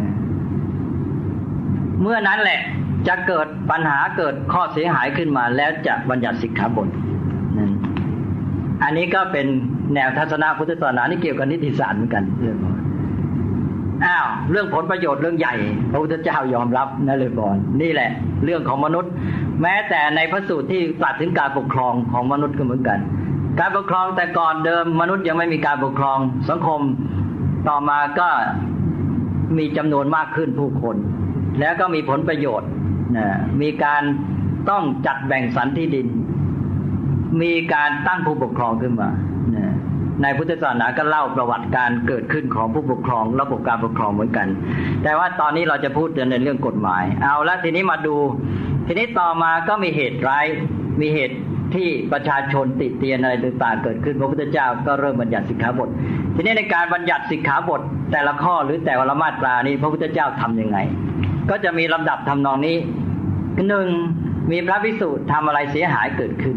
เมื่อนั้นแหละจะเกิดปัญหาเกิดข้อเสียหายขึ้นมาแล้วจะบัญญัติสิกขาบทอันนี้ก็เป็นแนวทัศนะพุทธศาสนาที่เกี่ยวกับนิติศาสตร์เหมือนกันเรื่องอ้าวเรื่องผลประโยชน์เรื่องใหญ่พระพุทธเจ้ายอมรับนะเลยบอนนี่แหละเรื่องของมนุษย์แม้แต่ในพระสูตรที่ตรัสถึงการปกครองของมนุษย์ก็เหมือนกันการปกครองแต่ก่อนเดิมมนุษย์ยังไม่มีการปกครองสังคมต่อมาก็มีจำนวนมากขึ้นผู้คนแล้วก็มีผลประโยชน์นะมีการต้องจัดแบ่งสรรที่ดินมีการตั้งผู้ปกครองขึ้นมานะในพุทธศาสนาก็เล่าประวัติการเกิดขึ้นของผู้ปกครองระบบการปกครองเหมือนกันแต่ว่าตอนนี้เราจะพูดในเรื่องกฎหมายเอาละทีนี้มาดูทีนี้ต่อมาก็มีเหตุร้ายมีเหตุที่ประชาชนติเตียนอะไรต่างๆเกิดขึ้นพระพุทธเจ้าก็เริ่มบัญญัติสิกขาบททีนี้ในการบัญญัติสิกขาบทแต่ละข้อหรือแต่ละมาตรานี้พระพุทธเจ้าทำยังไงก็จะมีลำดับทำนองนี้หนึ่งมีพระภิกษุทำอะไรเสียหายเกิดขึ้น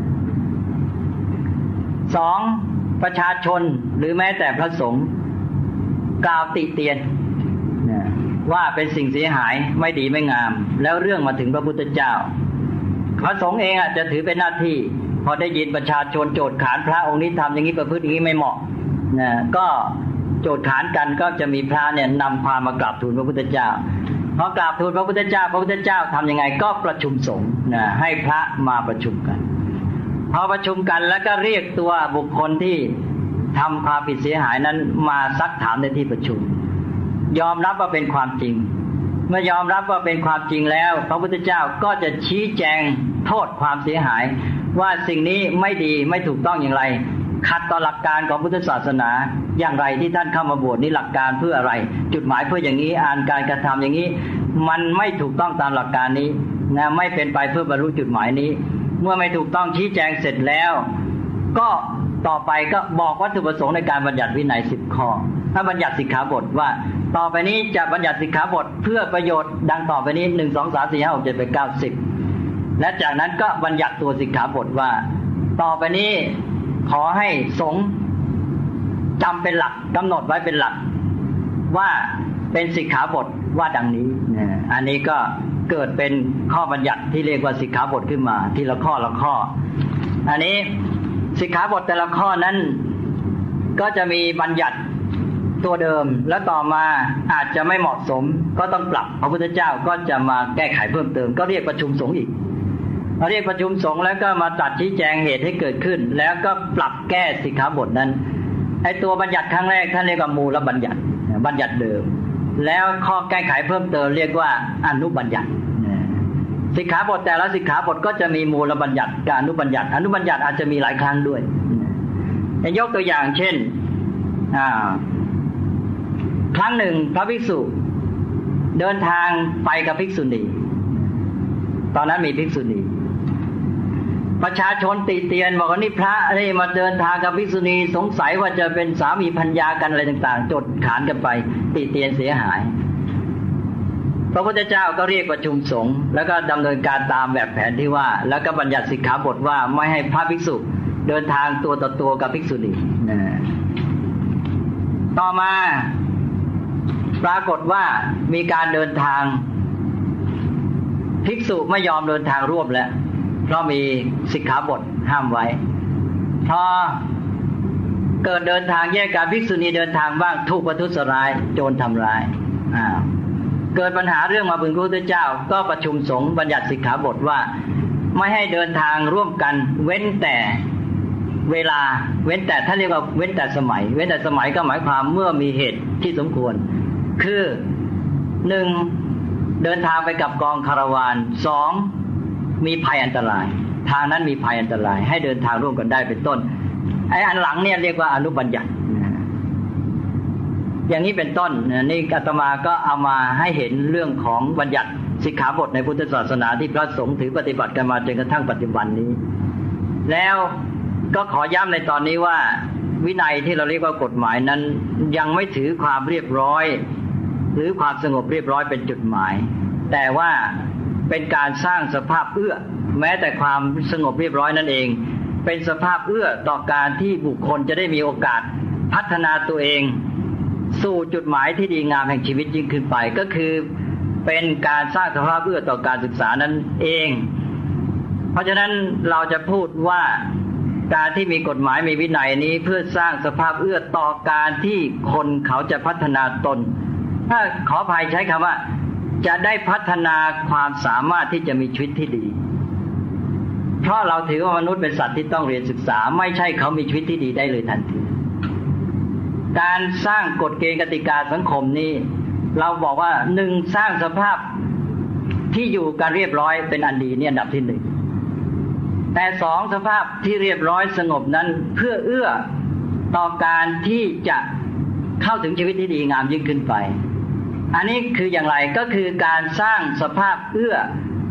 สองประชาชนหรือแม้แต่พระสงฆ์กล่าวติเตียนว่าเป็นสิ่งเสียหายไม่ดีไม่งามแล้วเรื่องมาถึงพระพุทธเจ้าพระสงฆ์เองอาจจะถือเป็นหน้าที่พอได้ยินประชาชนโจทย์ขานพระองค์นี้ทำอย่างนี้ประพฤติอย่างนี้ไม่เหมาะนะก็โจทย์ขานกันก็จะมีพระเนี่ยนำพามากราบทูลพระพุทธเจ้าพอกราบทูลพระพุทธเจ้าพระพุทธเจ้าทำยังไงก็ประชุมสงฆ์นะให้พระมาประชุมกันพอประชุมกันแล้วก็เรียกตัวบุคคลที่ทำความผิดเสียหายนั้นมาซักถามในที่ประชุมยอมรับว่าเป็นความจริงเมื่อยอมรับว่าเป็นความจริงแล้วพระพุทธเจ้าก็จะชี้แจงโทษความเสียหายว่าสิ่งนี้ไม่ดีไม่ถูกต้องอย่างไรขัดต่อหลักการของพุทธศาสนาอย่างไรที่ท่านเข้ามาบวชนี่หลักการเพื่ออะไรจุดหมายเพื่ออย่างนี้อ่านการกระทำอย่างนี้มันไม่ถูกต้องตามหลักการนี้นะไม่เป็นไปเพื่อบรรลุจุดหมายนี้เมื่อไม่ถูกต้องชี้แจงเสร็จแล้วก็ต่อไปก็บอกวัตถุประสงค์ในการบัญญัติวินัยสิบข้อถ้าบัญญัติสิกขาบทว่าต่อไปนี้จะบัญญัติสิกขาบทเพื่อประโยชน์ดังต่อไปนี้หนึ่ง สอง สาม สี่ ห้า หก เจ็ด แปด เก้า สิบและจากนั้นก็บัญญัติตัวสิกขาบทว่าต่อไปนี้ขอให้สงฆ์จำเป็นหลักกำหนดไว้เป็นหลักว่าเป็นสิกขาบทว่าดังนี้อันนี้ก็เกิดเป็นข้อบัญญัติที่เรียกว่าสิกขาบทขึ้นมาทีละข้อละข้ออันนี้สิกขาบทแต่ละข้อนั้นก็จะมีบัญญัติตัวเดิมแล้วต่อมาอาจจะไม่เหมาะสมก็ต้องปรับพระพุทธเจ้าก็จะมาแก้ไขเพิ่มเติมก็เรียกประชุมสงฆ์อีกพอเรียกประชุมสงฆ์แล้วก็มาตัดชี้แจงเหตุให้เกิดขึ้นแล้วก็ปรับแก้สิกขาบทนั้นไอ้ตัวบัญญัติครั้งแรกท่านเรียกว่ามูลบัญญัติบัญญัติเดิมแล้วข้อแก้ไขเพิ่มเติมเรียกว่าอนุบัญญัติสิกขาบทแต่ละสิกขาบทก็จะมีมูลบัญญัติกับอนุบัญญัติอนุบัญญัติอาจจะมีหลายครั้งด้วยยกตัวอย่างเช่นอ่าครั้งหนึ่งพระภิกษุเดินทางไปกับภิกษุณีตอนนั้นมีภิกษุณีประชาชนติเตียนบอกว่านี่พระนี่มาเดินทางกับภิกษุณีสงสัยว่าจะเป็นสามีภรรยากันอะไรต่างๆจดขานกันไปติเตียนเสียหายพระพุทธเจ้าก็เรียกประชุมสงฆ์แล้วก็ดำเนินการตามแบบแผนที่ว่าแล้วก็บัญญัติสิกขาบทว่าไม่ให้พระภิกษุเดินทางตัวต่อตัวกับภิกษุณีนะต่อมาปรากฏว่ามีการเดินทางภิกษุไม่ยอมเดินทางร่วมแล้วเพราะมีสิกขาบทห้ามไว้พอเกิดเดินทางแยกกันภิกษุณีเดินทางบ้างถูกประทุษร้ายโจรทำร้ายอ้าวเกิดปัญหาเรื่องมาพึงพระพุทธเจ้าก็ประชุมสงฆ์บัญญัติสิกขาบทว่าไม่ให้เดินทางร่วมกันเว้นแต่เวลาเว้นแต่ถ้าเรียกว่าเว้นแต่สมัยเว้นแต่สมัยก็หมายความเมื่อมีเหตุที่สมควรคือหนึ่งเดินทางไปกับกองคาราวานสองมีภัยอันตรายทางนั้นมีภัยอันตรายให้เดินทางร่วมกันได้เป็นต้นไอ้อันหลังเนี่ยเรียกว่าอนุบัญญัติอย่างนี้เป็นต้นนี่อาตมาก็เอามาให้เห็นเรื่องของบัญญัติสิกขาบทในพุทธศาสนาที่พระสงฆ์ถือปฏิบัติกันมาจนกระทั่งปัจจุบันนี้แล้วก็ขอย้ำในตอนนี้ว่าวินัยที่เราเรียกว่ากฎหมายนั้นยังไม่ถือความเรียบร้อยหรือความสงบเรียบร้อยเป็นจุดหมายแต่ว่าเป็นการสร้างสภาพเอื้อแม้แต่ความสงบเรียบร้อยนั่นเองเป็นสภาพเอื้อต่อการที่บุคคลจะได้มีโอกาสพัฒนาตัวเองสู่จุดหมายที่ดีงามแห่งชีวิตยิ่งขึ้นไปก็คือเป็นการสร้างสภาพเอื้อต่อการศึกษานั้นเองเพราะฉะนั้นเราจะพูดว่าการที่มีกฎหมายมีวินัยนี้เพื่อสร้างสภาพเอื้อต่อการที่คนเขาจะพัฒนาตนถ้าขออภัยใช้คำว่าจะได้พัฒนาความสามารถที่จะมีชีวิตที่ดีเพราะเราถือว่ามนุษย์เป็นสัตว์ที่ต้องเรียนศึกษาไม่ใช่เขามีชีวิตที่ดีได้เลยทันทีการสร้างกฎเกณฑ์กติกาสังคมนี้เราบอกว่าหนึ่งสร้างสภาพที่อยู่กันเรียบร้อยเป็นอันดีเนี่ยอันดับที่หนึ่งแต่สองสภาพที่เรียบร้อยสงบนั้นเพื่อเอื้อต่อการที่จะเข้าถึงชีวิตที่ดีงามยิ่งขึ้นไปอันนี้คืออย่างไรก็คือการสร้างสภาพเอื้อ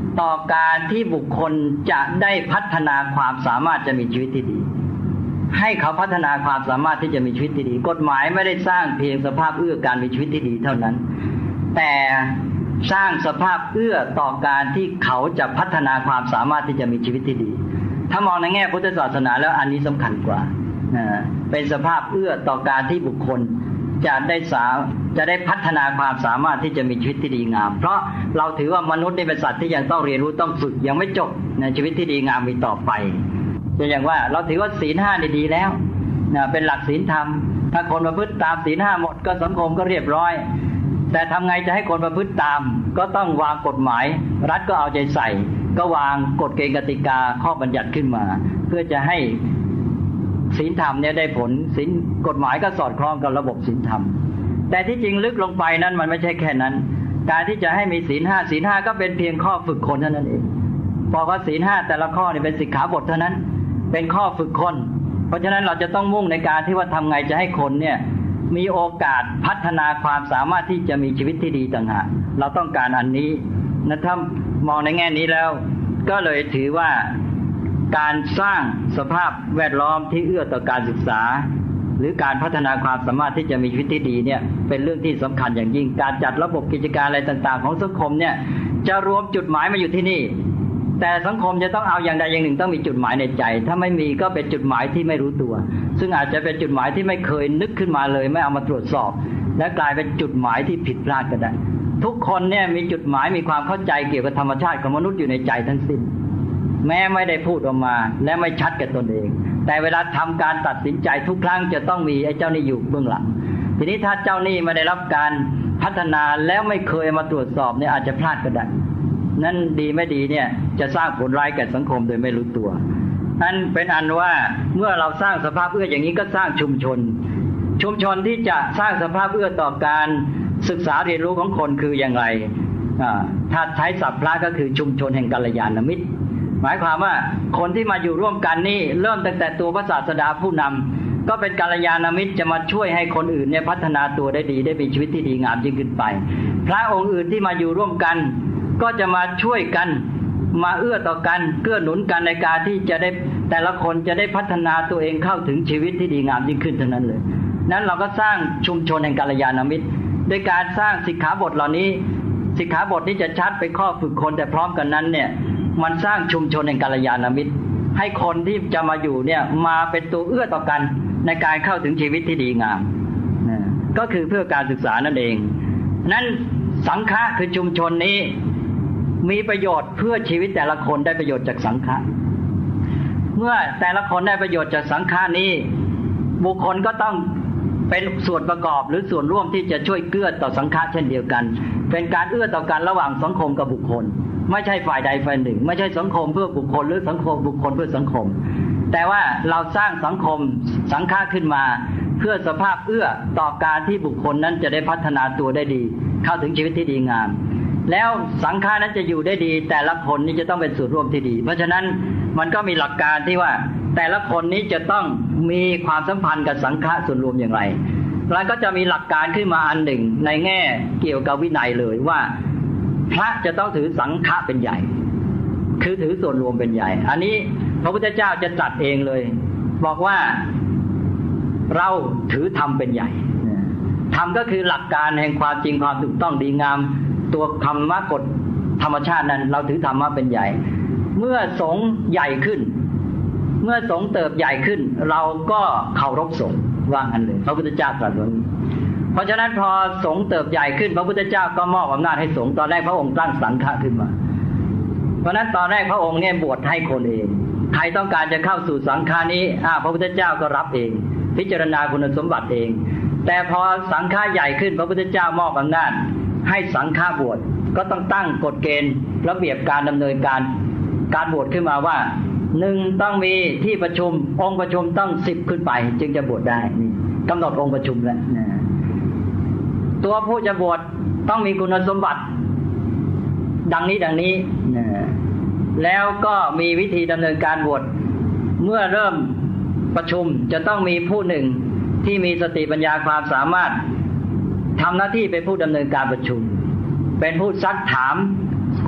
ต่อการที่บุคคลจะได้พัฒนาความสามารถจะมีชีวิตที่ดีให้เขาพัฒนาความสามารถที่จะมีชีวิตที่ดีกฎหมายไม่ได้สร้างเพียงสภาพเอื้อการมีชีวิตที่ดีเท่านั้นแต่สร้างสภาพเอื้อต่อการที่เขาจะพัฒนาความสามารถที่จะมีชีวิตที่ดีถ้ามองในแง่พุทธศาสนาแล้วอันนี้สำคัญกว่าเป็นสภาพเอื้อต่อการที่บุคคลจะได้สาจะได้พัฒนาความสามารถที่จะมีชีวิตที่ดีงามเพราะเราถือว่ามนุษย์เป็นสัตว์ที่ยังต้องเรียนรู้ต้องฝึกยังไม่จบในชีวิตที่ดีงามมีต่อไปอย่างว่าเราถือว่าศีลห้าดีแล้วนะเป็นหลักศีลธรรมถ้าคนประพฤติตามศีลห้าหมดก็สังคมก็เรียบร้อยแต่ทำไงจะให้คนประพฤติตามก็ต้องวางกฎหมายรัฐก็เอาใจใส่ก็วางกฎเกณฑ์กติกาข้อบัญญัติขึ้นมาเพื่อจะให้ศีลธรรมเนี่ยได้ผลศีลกฎหมายก็สอดคล้องกับระบบศีลธรรมแต่ที่จริงลึกลงไปนั้นมันไม่ใช่แค่นั้นการที่จะให้มีศีลห้าศีลห้าก็เป็นเพียงข้อฝึกคนเท่านั้นเองบอกว่าศีลห้าแต่ละข้อนี่เป็นสิกขาบทเท่านั้นเป็นข้อฝึกคนเพราะฉะนั้นเราจะต้องมุ่งในการที่ว่าทำไงจะให้คนเนี่ยมีโอกาสพัฒนาความสามารถที่จะมีชีวิตที่ดีต่างหากเราต้องการอันนี้นะถ้ามองในแง่นี้แล้วก็เลยถือว่าการสร้างสภาพแวดล้อมที่เอื้อต่อการศึกษาหรือการพัฒนาความสามารถที่จะมีชีวิตที่ดีเนี่ยเป็นเรื่องที่สำคัญอย่างยิ่งการจัดระบบกิจการอะไรต่างๆของสังคมเนี่ยจะรวมจุดหมายมาอยู่ที่นี่แต่สังคมจะต้องเอาอย่างใดอย่างหนึ่งต้องมีจุดหมายในใจถ้าไม่มีก็เป็นจุดหมายที่ไม่รู้ตัวซึ่งอาจจะเป็นจุดหมายที่ไม่เคยนึกขึ้นมาเลยไม่เอามาตรวจสอบและกลายเป็นจุดหมายที่ผิดพลาดก็ได้ทุกคนเนี่ยมีจุดหมายมีความเข้าใจเกี่ยวกับธรรมชาติของมนุษย์อยู่ในใจทั้งสิ้นแม้ไม่ได้พูดออกมาและไม่ชัดกับตนเองแต่เวลาทำการตัดสินใจทุกครั้งจะต้องมีไอ้เจ้านี่อยู่เบื้องหลังทีนี้ถ้าเจ้านี่ไม่ได้รับการพัฒนาแล้วไม่เคยมาตรวจสอบเนี่ยอาจจะพลาดก็ได้นั่นดีไม่ดีเนี่ยจะสร้างผลร้ายแก่สังคมโดยไม่รู้ตัวนั่นเป็นอันว่าเมื่อเราสร้างสภาพเอื้ออย่างนี้ก็สร้างชุมชนชุมชนที่จะสร้างสภาพเอื้อต่อการศึกษาเรียนรู้ของคนคืออย่างไรถ้าใช้ศัพท์พระก็คือชุมชนแห่งกัลยาณมิตรหมายความว่าคนที่มาอยู่ร่วมกันนี่เริ่มตั้งแต่ตัวพระศาสดาผู้นำก็เป็นกัลยาณมิตรจะมาช่วยให้คนอื่นเนี่ยพัฒนาตัวได้ดีได้มีชีวิตที่ดีงามยิ่งขึ้นไปพระองค์อื่นที่มาอยู่ร่วมกันก็จะมาช่วยกันมาเอื้อต่อกันเกื้อหนุนกันในการที่จะได้แต่ละคนจะได้พัฒนาตัวเองเข้าถึงชีวิตที่ดีงามยิ่งขึ้นเท่านั้นเลยนั้นเราก็สร้างชุมชนแห่งกัลยาณมิตรโดยการสร้างสิกขาบทเหล่านี้สิกขาบทนี้จะชัดเป็นข้อฝึกคนแต่พร้อมกันนั้นเนี่ยมันสร้างชุมชนแห่งกัลยาณมิตรให้คนที่จะมาอยู่เนี่ยมาเป็นตัวเอื้อต่อกันในการเข้าถึงชีวิตที่ดีงามก็คือเพื่อการศึกษานั่นเองนั้นสังฆะคือชุมชนนี้มีประโยชน์เพื่อชีวิตแต่ละคนได้ประโยชน์จากสังฆะเมื่อแต่ละคนได้ประโยชน์จากสังฆะนี้บุคคลก็ต้องเป็นส่วนประกอบหรือส่วนร่วมที่จะช่วยเกื้อต่อสังฆะเช่นเดียวกันเป็นการเอื้อต่อกันระหว่างสังคมกับบุคคลไม่ใช่ฝ่ายใดฝ่ายหนึ่งไม่ใช่สังคมเพื่อบุคคลหรือสังคมบุคคลเพื่อสังคมแต่ว่าเราสร้างสังคมสังฆะขึ้นมาเพื่อสภาพเอื้อต่อการที่บุคคลนั้นจะได้พัฒนาตัวได้ดีเข้าถึงชีวิตที่ดีงามแล้วสังฆานั้นจะอยู่ได้ดีแต่ละคนนี้จะต้องเป็นส่วนร่วมที่ดีเพราะฉะนั้นมันก็มีหลักการที่ว่าแต่ละคนนี้จะต้องมีความสัมพันธ์กับสังฆะส่วนรวมอย่างไรแล้วก็จะมีหลักการขึ้นมาอันหนึ่งในแง่เกี่ยวกับวินัยเลยว่าพระจะต้องถือสังฆะเป็นใหญ่คือถือส่วนรวมเป็นใหญ่อันนี้พระพุทธเจ้าจะตรัสเองเลยบอกว่าเราถือธรรมเป็นใหญ่ธรรมก็คือหลักการแห่งความจริงความถูกต้องดีงามตัวธรรมะกฎธรรมชาตินั้นเราถือธรรมะเป็นใหญ่เมื่อสงฆ์ใหญ่ขึ้นเมื่อสงฆ์เติบใหญ่ขึ้นเราก็เคารพสงฆ์ว่างั้นเลยพระพุทธเจ้าตรัสไว้เพราะฉะนั้นพอสงฆ์เติบใหญ่ขึ้นพระพุทธเจ้าก็มอบอำนาจให้สงฆ์ตอนแรกพระองค์ตั้งสังฆะขึ้นมาเพราะนั้นตอนแรกพระองค์เนี่ยบวชให้คนเองใครต้องการจะเข้าสู่สังฆานี้อ่าพระพุทธเจ้าก็รับเองพิจารณาคุณสมบัติเองแต่พอสังฆาใหญ่ขึ้นพระพุทธเจ้ามอบอำนาจให้สังฆาบวชก็ต้องตั้งกฎเกณฑ์ระเบียบการดำเนินการการบวชขึ้นมาว่าหนึ่งต้องมีที่ประชุมองค์ประชุมต้องสิบขึ้นไปจึงจะบวชได้นี่กำหนดองค์ประชุมแล้วนะตัวผู้จะบวชต้องมีคุณสมบัติดังนี้ดังนี้นะแล้วก็มีวิธีดำเนินการบวชเมื่อเริ่มประชุมจะต้องมีผู้หนึ่งที่มีสติปัญญาความสามารถทำหน้าที่เป็นผู้ดำเนินการประชุมเป็นผู้ซักถาม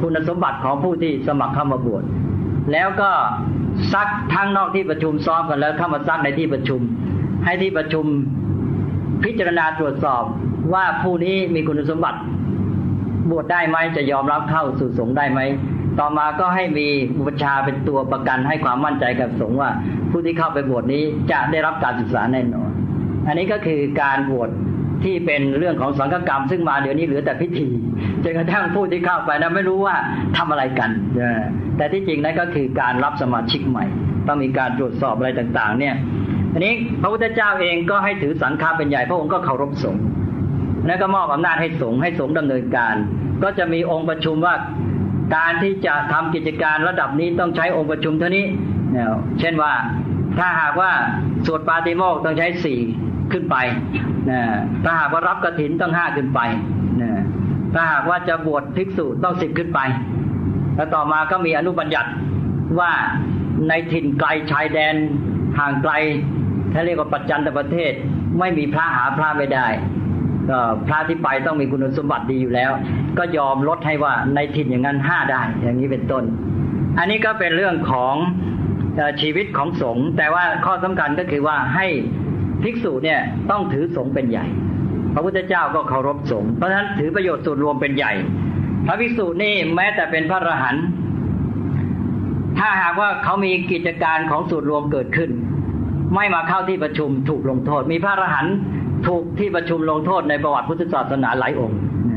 คุณสมบัติของผู้ที่สมัครเข้ามาบวชแล้วก็ซักทั้งนอกที่ประชุมซ้อมกันแล้วเข้ามาซักในที่ประชุมให้ที่ประชุมพิจารณาตรวจสอบว่าผู้นี้มีคุณสมบัติบวชได้ไหมจะยอมรับเข้าสู่สงฆ์ได้ไหมต่อมาก็ให้มีอุปัชฌาย์เป็นตัวประกันให้ความมั่นใจกับสงฆ์ว่าผู้ที่เข้าไปบวชนี้จะได้รับการศึกษาแน่นอนอันนี้ก็คือการบวชที่เป็นเรื่องของสังฆกรรมซึ่งมาเดี๋ยวนี้เหลือแต่พิธีจนกระทั่งผู้ที่เข้าไปนะไม่รู้ว่าทำอะไรกันแต่ที่จริงนั้นก็คือการรับสมาชิกใหม่ต้องมีการตรวจสอบอะไรต่างๆเนี่ยอันนี้พระพุทธเจ้าเองก็ให้ถือสังฆาเป็นใหญ่พระองค์ก็เคารพสงฆ์แล้วก็มอบอำนาจให้สงฆ์ให้สงฆ์ดำเนินการก็จะมีองค์ประชุมว่าการที่จะทำกิจการระดับนี้ต้องใช้องค์ประชุมเท่านี้เช่นว่าถ้าหากว่าสวดปาติโมกข์ต้องใช้สี่ขึ้นไปถ้าหากว่ารับกฐินต้องห้าขึ้นไปถ้าหากว่าจะบวชภิกษุต้องสิบขึ้นไปแล้วต่อมาก็มีอนุบัญญัติว่าในถิ่นไกลชายแดนห่างไกลถ้าเรียกว่าปัจจันตประเทศไม่มีพระหาพระไม่ได้ก็พระที่ไปต้องมีคุณสมบัติดีอยู่แล้วก็ยอมลดให้ว่าในถิ่นอย่างนั้นห้าได้อย่างนี้เป็นต้นอันนี้ก็เป็นเรื่องของชีวิตของสงฆ์แต่ว่าข้อสำคัญก็คือว่าให้ภิกษุเนี่ยต้องถือสงฆ์เป็นใหญ่พระพุทธเจ้าก็เคารพสงฆ์เพราะฉะนั้นถือประโยชน์ส่วนรวมเป็นใหญ่พระภิกษุนี่แม้แต่เป็นพระอรหันต์ถ้าหากว่าเขามีกิจการของส่วนรวมเกิดขึ้นไม่มาเข้าที่ประชุมถูกลงโทษมีพระอรหันต์ถูกที่ประชุมลงโทษในประวัติพุทธศาสนาหลายองค์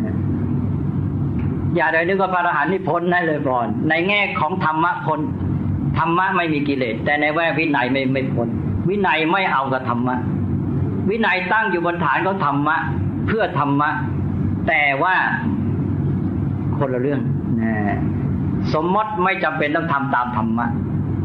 อย่าได้นึกว่าพระอรหันต์นี่พ้นได้เลยก่อนในแง่ของธรรมะพ้นธรรมะไม่มีกิเลสแต่ในแง่วินัยไม่ไม่พ้นวินัยไม่เอากับธรรมะวินัยตั้งอยู่บนฐานของธรรมะเพื่อธรรมะแต่ว่าคนละเรื่องนะสมมติไม่จำเป็นต้องทำตามธรรมะ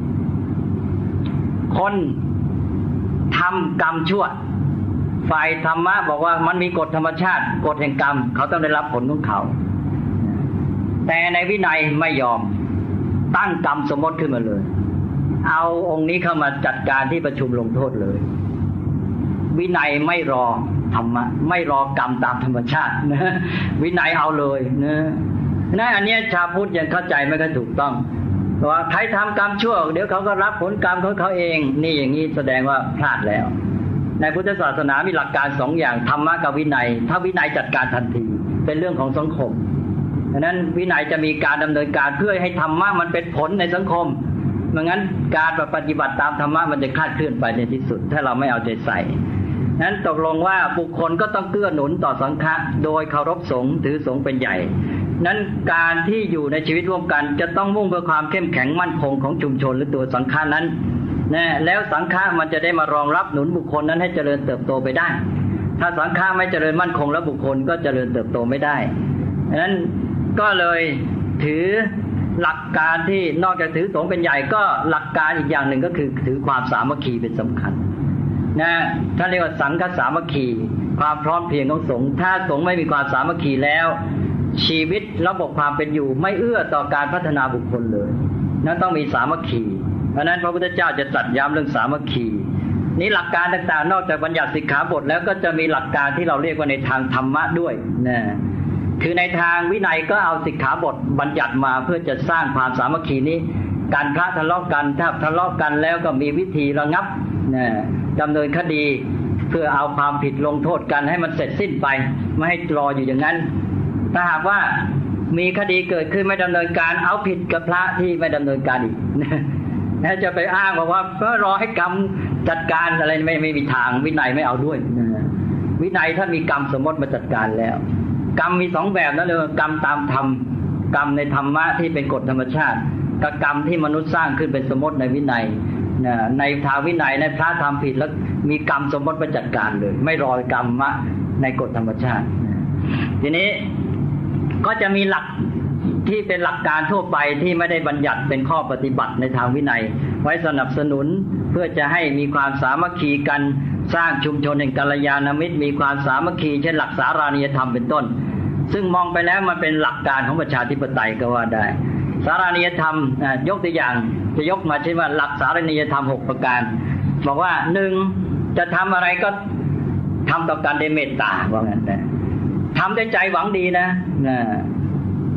คนทำกรรมชั่วฝ่ายธรรมะบอกว่ามันมีกฎธรรมชาติกฎแห่งกรรมเขาต้องได้รับผลของเขาแต่ในวินัยไม่ยอมตั้งกรรมสมมติขึ้นมาเลยเอาองค์นี้เข้ามาจัดการที่ประชุมลงโทษเลยวินัยไม่รอธรรมะไม่รอกรรมตามธรรมชาตินะวินัยเอาเลยนะนั่นอันนี้ชาวพุทธยังเข้าใจไม่ค่อยถูกต้องว่าใครทำกรรมชั่วเดี๋ยวเขาก็รับผลกรรมของเขาเองนี่อย่างนี้แสดงว่าพลาดแล้วในพุทธศาสนามีหลักการสองอย่างธรรมะกับวินัยถ้าวินัยจัดการทันทีเป็นเรื่องของสังคมดังนั้นวินัยจะมีการดำเนินการเพื่อให้ธรรมะมันเป็นผลในสังคมไม่งั้นการปฏิบัติตามธรรมะมันจะคลาดเคลื่อนไปในที่สุดถ้าเราไม่เอาใจใส่นั้นตกลงว่าบุคคลก็ต้องเกื้อหนุนต่อสังฆะโดยเคารพสงฆ์ถือสงฆ์เป็นใหญ่นั้นการที่อยู่ในชีวิตร่วมกันจะต้องมุ่งเพื่อความเข้มแข็งมั่นคงของชุมชนหรือตัวสังฆะนั้นนะแล้วสังฆะมันจะได้มารองรับหนุนบุคคลนั้นให้เจริญเติบโตไปได้ถ้าสังฆะไม่เจริญมั่นคงแล้วบุคคลก็เจริญเติบโตไม่ได้ดังนั้นก็เลยถือหลักการที่นอกจากถือสงฆ์เป็นใหญ่ก็หลักการอีกอย่างหนึ่งก็คือถือความสามัคคีเป็นสำคัญนะท่านเรียกว่าสังฆสามัคคีความพร้อมเพรียงของสงฆ์ถ้าสงฆ์ไม่มีความสามัคคีแล้วชีวิตระบบความเป็นอยู่ไม่เอื้อต่อการพัฒนาบุคคลเลยนั้นต้องมีสามัคคีเพราะนั้นพระพุทธเจ้าจะตรัสย้ำเรื่องสามัคคีนี้หลักการต่างๆนอกจากบัญญัติสิกขาบทแล้วก็จะมีหลักการที่เราเรียกว่าในทางธรรมะด้วยนะคือในทางวินัยก็เอาสิกขาบทบัญญัติมาเพื่อจะสร้างความสามัคคีนี้การพระทะเลาะกันถ้าทะเลาะกันแล้วก็มีวิธีระงับนะดำเนินคดีเพื่อเอาความผิดลงโทษกันให้มันเสร็จสิ้นไปไม่ให้รออยู่อย่างนั้นถ้าหากว่ามีคดีเกิดขึ้นไม่ดำเนินการเอาผิดกับพระที่ไม่ดำเนินการอีกนะจะไปอ้างบอกว่าก็รอให้กรรมจัดการอะไรไม่ไม่มีทางวินัยไม่เอาด้วยนะวินัยถ้ามีกรรมสมมติมาจัดการแล้วกรรมมีสองแบบนั่นเลยกรรมตามธรรมกรรมในธรรมะที่เป็นกฎธรรมชาติกับกรรมที่มนุษย์สร้างขึ้นเป็นสมมติในวินัยนะในทางวินัยในพระทำผิดแล้วมีกรรมสมมติมาจัดการเลยไม่รอกรรมะในกฎธรรมชาติทีนี้ก็จะมีหลักที่เป็นหลักการทั่วไปที่ไม่ได้บัญญัติเป็นข้อปฏิบัติในทางวินัยไว้สนับสนุนเพื่อจะให้มีความสามัคคีกันสร้างชุมชนแห่งกัลยาณมิตรมีความสามัคคีเช่นหลักสารานิยธรรมเป็นต้นซึ่งมองไปแล้วมันเป็นหลักการของประชาธิปไตยก็ว่าได้สารานิยธรรมยกตัวอย่างจะยกมาเช่นว่าหลักสารานิยธรรมหกประการบอกว่าหนึ่งจะทำอะไรก็ทำต่อกันด้วยเมตตาว่างั้นแต่ทำด้วยใจหวังดีนะนะ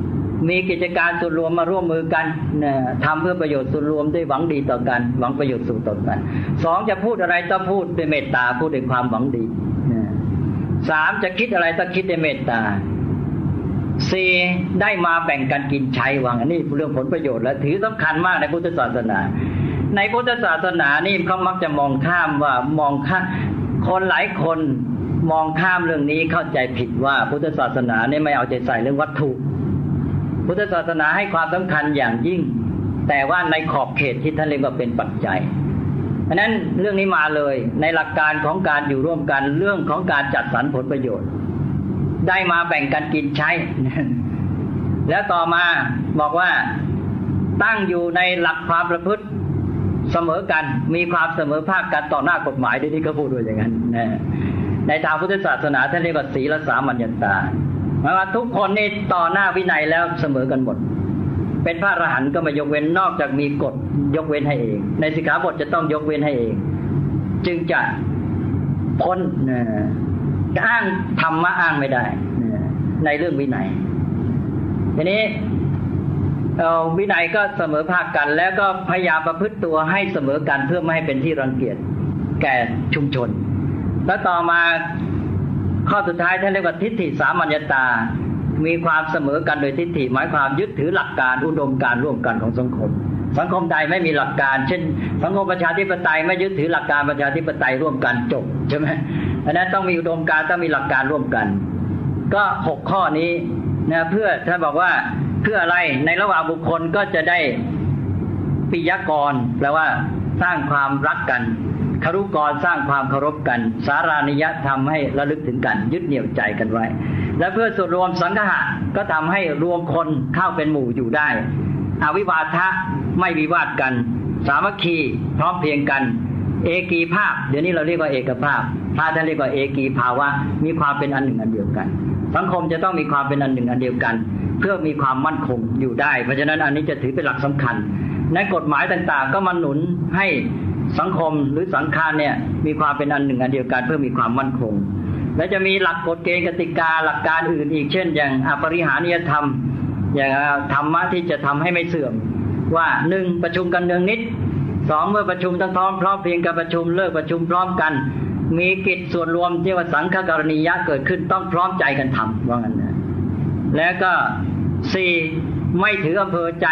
มีกิจการส่วนรวมมาร่วมมือกันทำเพื่อประโยชน์ส่วนรวมด้วยหวังดีต่อกันหวังประโยชน์สู่ตนกันสองจะพูดอะไรต้องพูดด้วยเมตตาพูดด้วยความหวังดีสามจะคิดอะไรต้องคิดด้วยเมตตาสี่ได้มาแบ่งกันกินใช้วางอันนี้เรื่องผลประโยชน์และถือสำคัญมากในพุทธศาสนาในพุทธศาสนานี่เขามักจะมองข้ามว่ามองข้ามคนหลายคนมองข้ามเรื่องนี้เข้าใจผิดว่าพุทธศาสนาเนี่ยไม่เอาใจใส่เรื่องวัตถุพุทธศาสนาให้ความสำคัญอย่างยิ่งแต่ว่าในขอบเขตที่ท่านเรียกว่าเป็นปัจจัยเพราะนั้นเรื่องนี้มาเลยในหลักการของการอยู่ร่วมกันเรื่องของการจัดสรรผลประโยชน์ได้มาแบ่งกันกินใช้แล้วต่อมาบอกว่าตั้งอยู่ในหลักความประพฤติเสมอกันมีความเสมอภาคกันต่อหน้ากฎหมายที่เขาพูดด้วยอย่างนั้นในทางพุทธศาสนาท่านเรียกว่าศีลสามัญญตาหมายว่าทุกคนนี่ต่อหน้าวินัยแล้วเสมอกันหมดเป็นพระอรหันต์ก็ไม่ยกเว้นนอกจากมีกฎยกเว้นให้เองในสิกขาบทจะต้องยกเว้นให้เองจึงจะพ้นอ้างธรรมะอ้างไม่ได้ในเรื่องวินัยทีนี้วินัยก็เสมอภาคกันแล้วก็พยายามประพฤติตัวให้เสมอกันเพื่อไม่ให้เป็นที่รังเกียจแก่ชุมชนแล้วต่อมาข้อสุดท้ายท่านเรียกว่าทิฏฐิสามัญญตามีความเสมอกันโดยทิฏฐิหมายความยึดถือหลักการอุดมการร่วมกันของสังคมสังคมใดไม่มีหลักการเช่นสังคมประชาธิปไตยไม่ยึดถือหลักการประชาธิปไตยร่วมกันจบใช่ไหมเพราะนั้นต้องมีอุดมการต้องมีหลักการร่วมกันก็หกข้อนี้นะเพื่อท่านบอกว่าเพื่ออะไรในระหว่างบุคคลก็จะได้ปิยกรแปลว่าสร้างความรักกันครุกรสร้างความเคารพกันสารานิยะทำให้ระลึกถึงกันยึดเหนี่ยวใจกันไว้และเพื่อส่วนรวมสังฆะก็ทำให้รวมคนเข้าเป็นหมู่อยู่ได้อวิวาทะไม่วิวาทกันสามัคคีพร้อมเพรียงกันเอกีภาพเดี๋ยวนี้เราเรียกว่าเอกภาพพระท่านเรียกว่าเอกีภาวะมีความเป็นอันหนึ่งอันเดียวกันสังคมจะต้องมีความเป็นอันหนึ่งอันเดียวกันเพื่อมีความมั่นคงอยู่ได้เพราะฉะนั้นอันนี้จะถือเป็นหลักสำคัญในกฎหมายต่างๆก็มาหนุนให้สังคมหรือสังฆาเนี่ยมีความเป็นอันหนึ่งอันเดียวกันเพื่อมีความมั่นคงและจะมีหลักกฎเกณฑ์กติกาหลักการอื่นอีกเช่นอย่างอปริหานิยธรรมอย่างธรรมะที่จะทำให้ไม่เสื่อมว่าหนึ่งประชุมกันเนืองนิดสองเมื่อประชุมทั้งพร้อมพร้อมเพียงกันประชุมเลิกประชุมพร้อมกันมีกิจส่วนรวมที่ว่าสังฆกรณียะเกิดขึ้นต้องพร้อมใจกันทำว่างั้นนะแล้วก็สี่ไม่ถืออำเภอใจ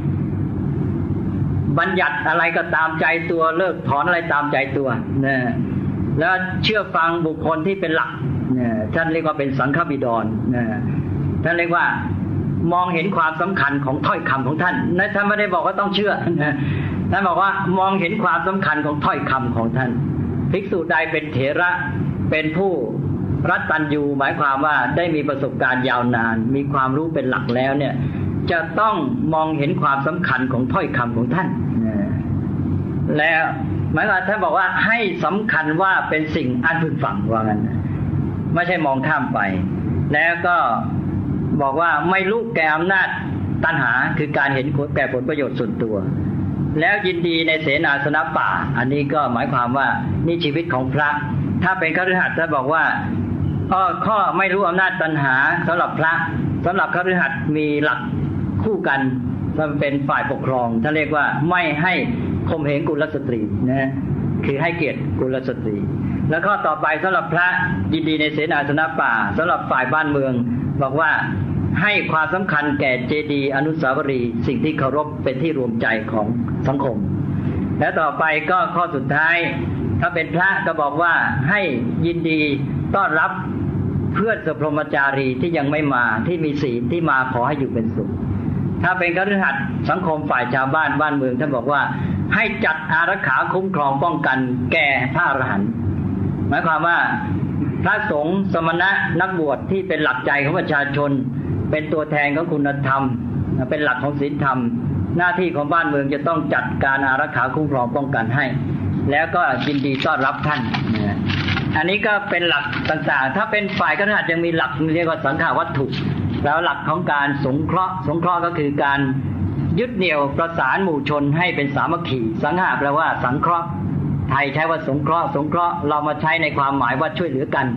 บัญญัติอะไรก็ตามใจตัวเลิกถอนอะไรตามใจตัวนะแล้วเชื่อฟังบุคคลที่เป็นหลักนะท่านเรียกว่าเป็นสังฆบิดรนะท่านเรียกว่ามองเห็นความสำคัญของถ้อยคำของท่านนะท่านไม่ได้บอกว่าต้องเชื่อนะท่านบอกว่ามองเห็นความสำคัญของถ้อยคำของท่านภิกษุใดเป็นเถระเป็นผู้รัตตัญญูหมายความว่าได้มีประสบการณ์ยาวนานมีความรู้เป็นหลักแล้วเนี่ยจะต้องมองเห็นความสำคัญของถ้อยคำของท่านแล้วหมายว่าท่านบอกว่าให้สำคัญว่าเป็นสิ่งอันพึงฟังว่างั้นไม่ใช่มองข้ามไปแล้วก็บอกว่าไม่ลุกแก่อำนาจตัณหาคือการเห็นแก่ผลประโยชน์ส่วนตัวแล้วยินดีในเสนาสนะป่าอันนี้ก็หมายความว่านี่ชีวิตของพระถ้าเป็นคฤหัสถ์ท่านบอกว่าอ้อข้อไม่รู้อำนาจตัณหาสำหรับพระสำหรับคฤหัสถ์มีหลักคู่กันมันเป็นฝ่ายปกครองท่านเรียกว่าไม่ให้ข่มเหงกุลสตรีนะคือให้เกียรติกุลสตรีแล้วข้อต่อไปสำหรับพระยินดีในเสนาสนะป่าสำหรับฝ่ายบ้านเมืองบอกว่าให้ความสำคัญแก่เจดีย์อนุสาวรีย์สิ่งที่เคารพเป็นที่รวมใจของสังคมและต่อไปก็ข้อสุดท้ายถ้าเป็นพระก็บอกว่าให้ยินดีต้อนรับเพื่อนสัพพมจารีที่ยังไม่มาที่มีศีลที่มาขอให้อยู่เป็นสุขถ้าเป็นคฤหัสถ์สังคมฝ่ายชาวบ้านบ้านเมืองท่านบอกว่าให้จัดอารักขาคุ้มครองป้องกันแก่พระอรหันต์หมายความว่าพระสงฆ์สมณะนักบวชที่เป็นหลักใจของประชาชนเป็นตัวแทนของคุณธรรมเป็นหลักของศีลธรรมหน้าที่ของบ้านเมืองจะต้องจัดการอารักขาคุ้มครองป้องกันให้แล้วก็ยินดีต้อนรับท่านอันนี้ก็เป็นหลักต่างๆถ้าเป็นฝ่ายคฤหัสถ์ยังมีหลักเรียกว่าสังฆวัตถุแล้วหลักของการสงเคราะห์สงเคราะห์ก็คือการยึดเหนี่ยวประสานหมู่ชนให้เป็นสามัคคีสังฆะแปลว่าสังเคราะห์ไทยใช้ว่าสงเคราะห์สงเคราะห์เรามาใช้ในความหมายว่าช่วยเหลือกัน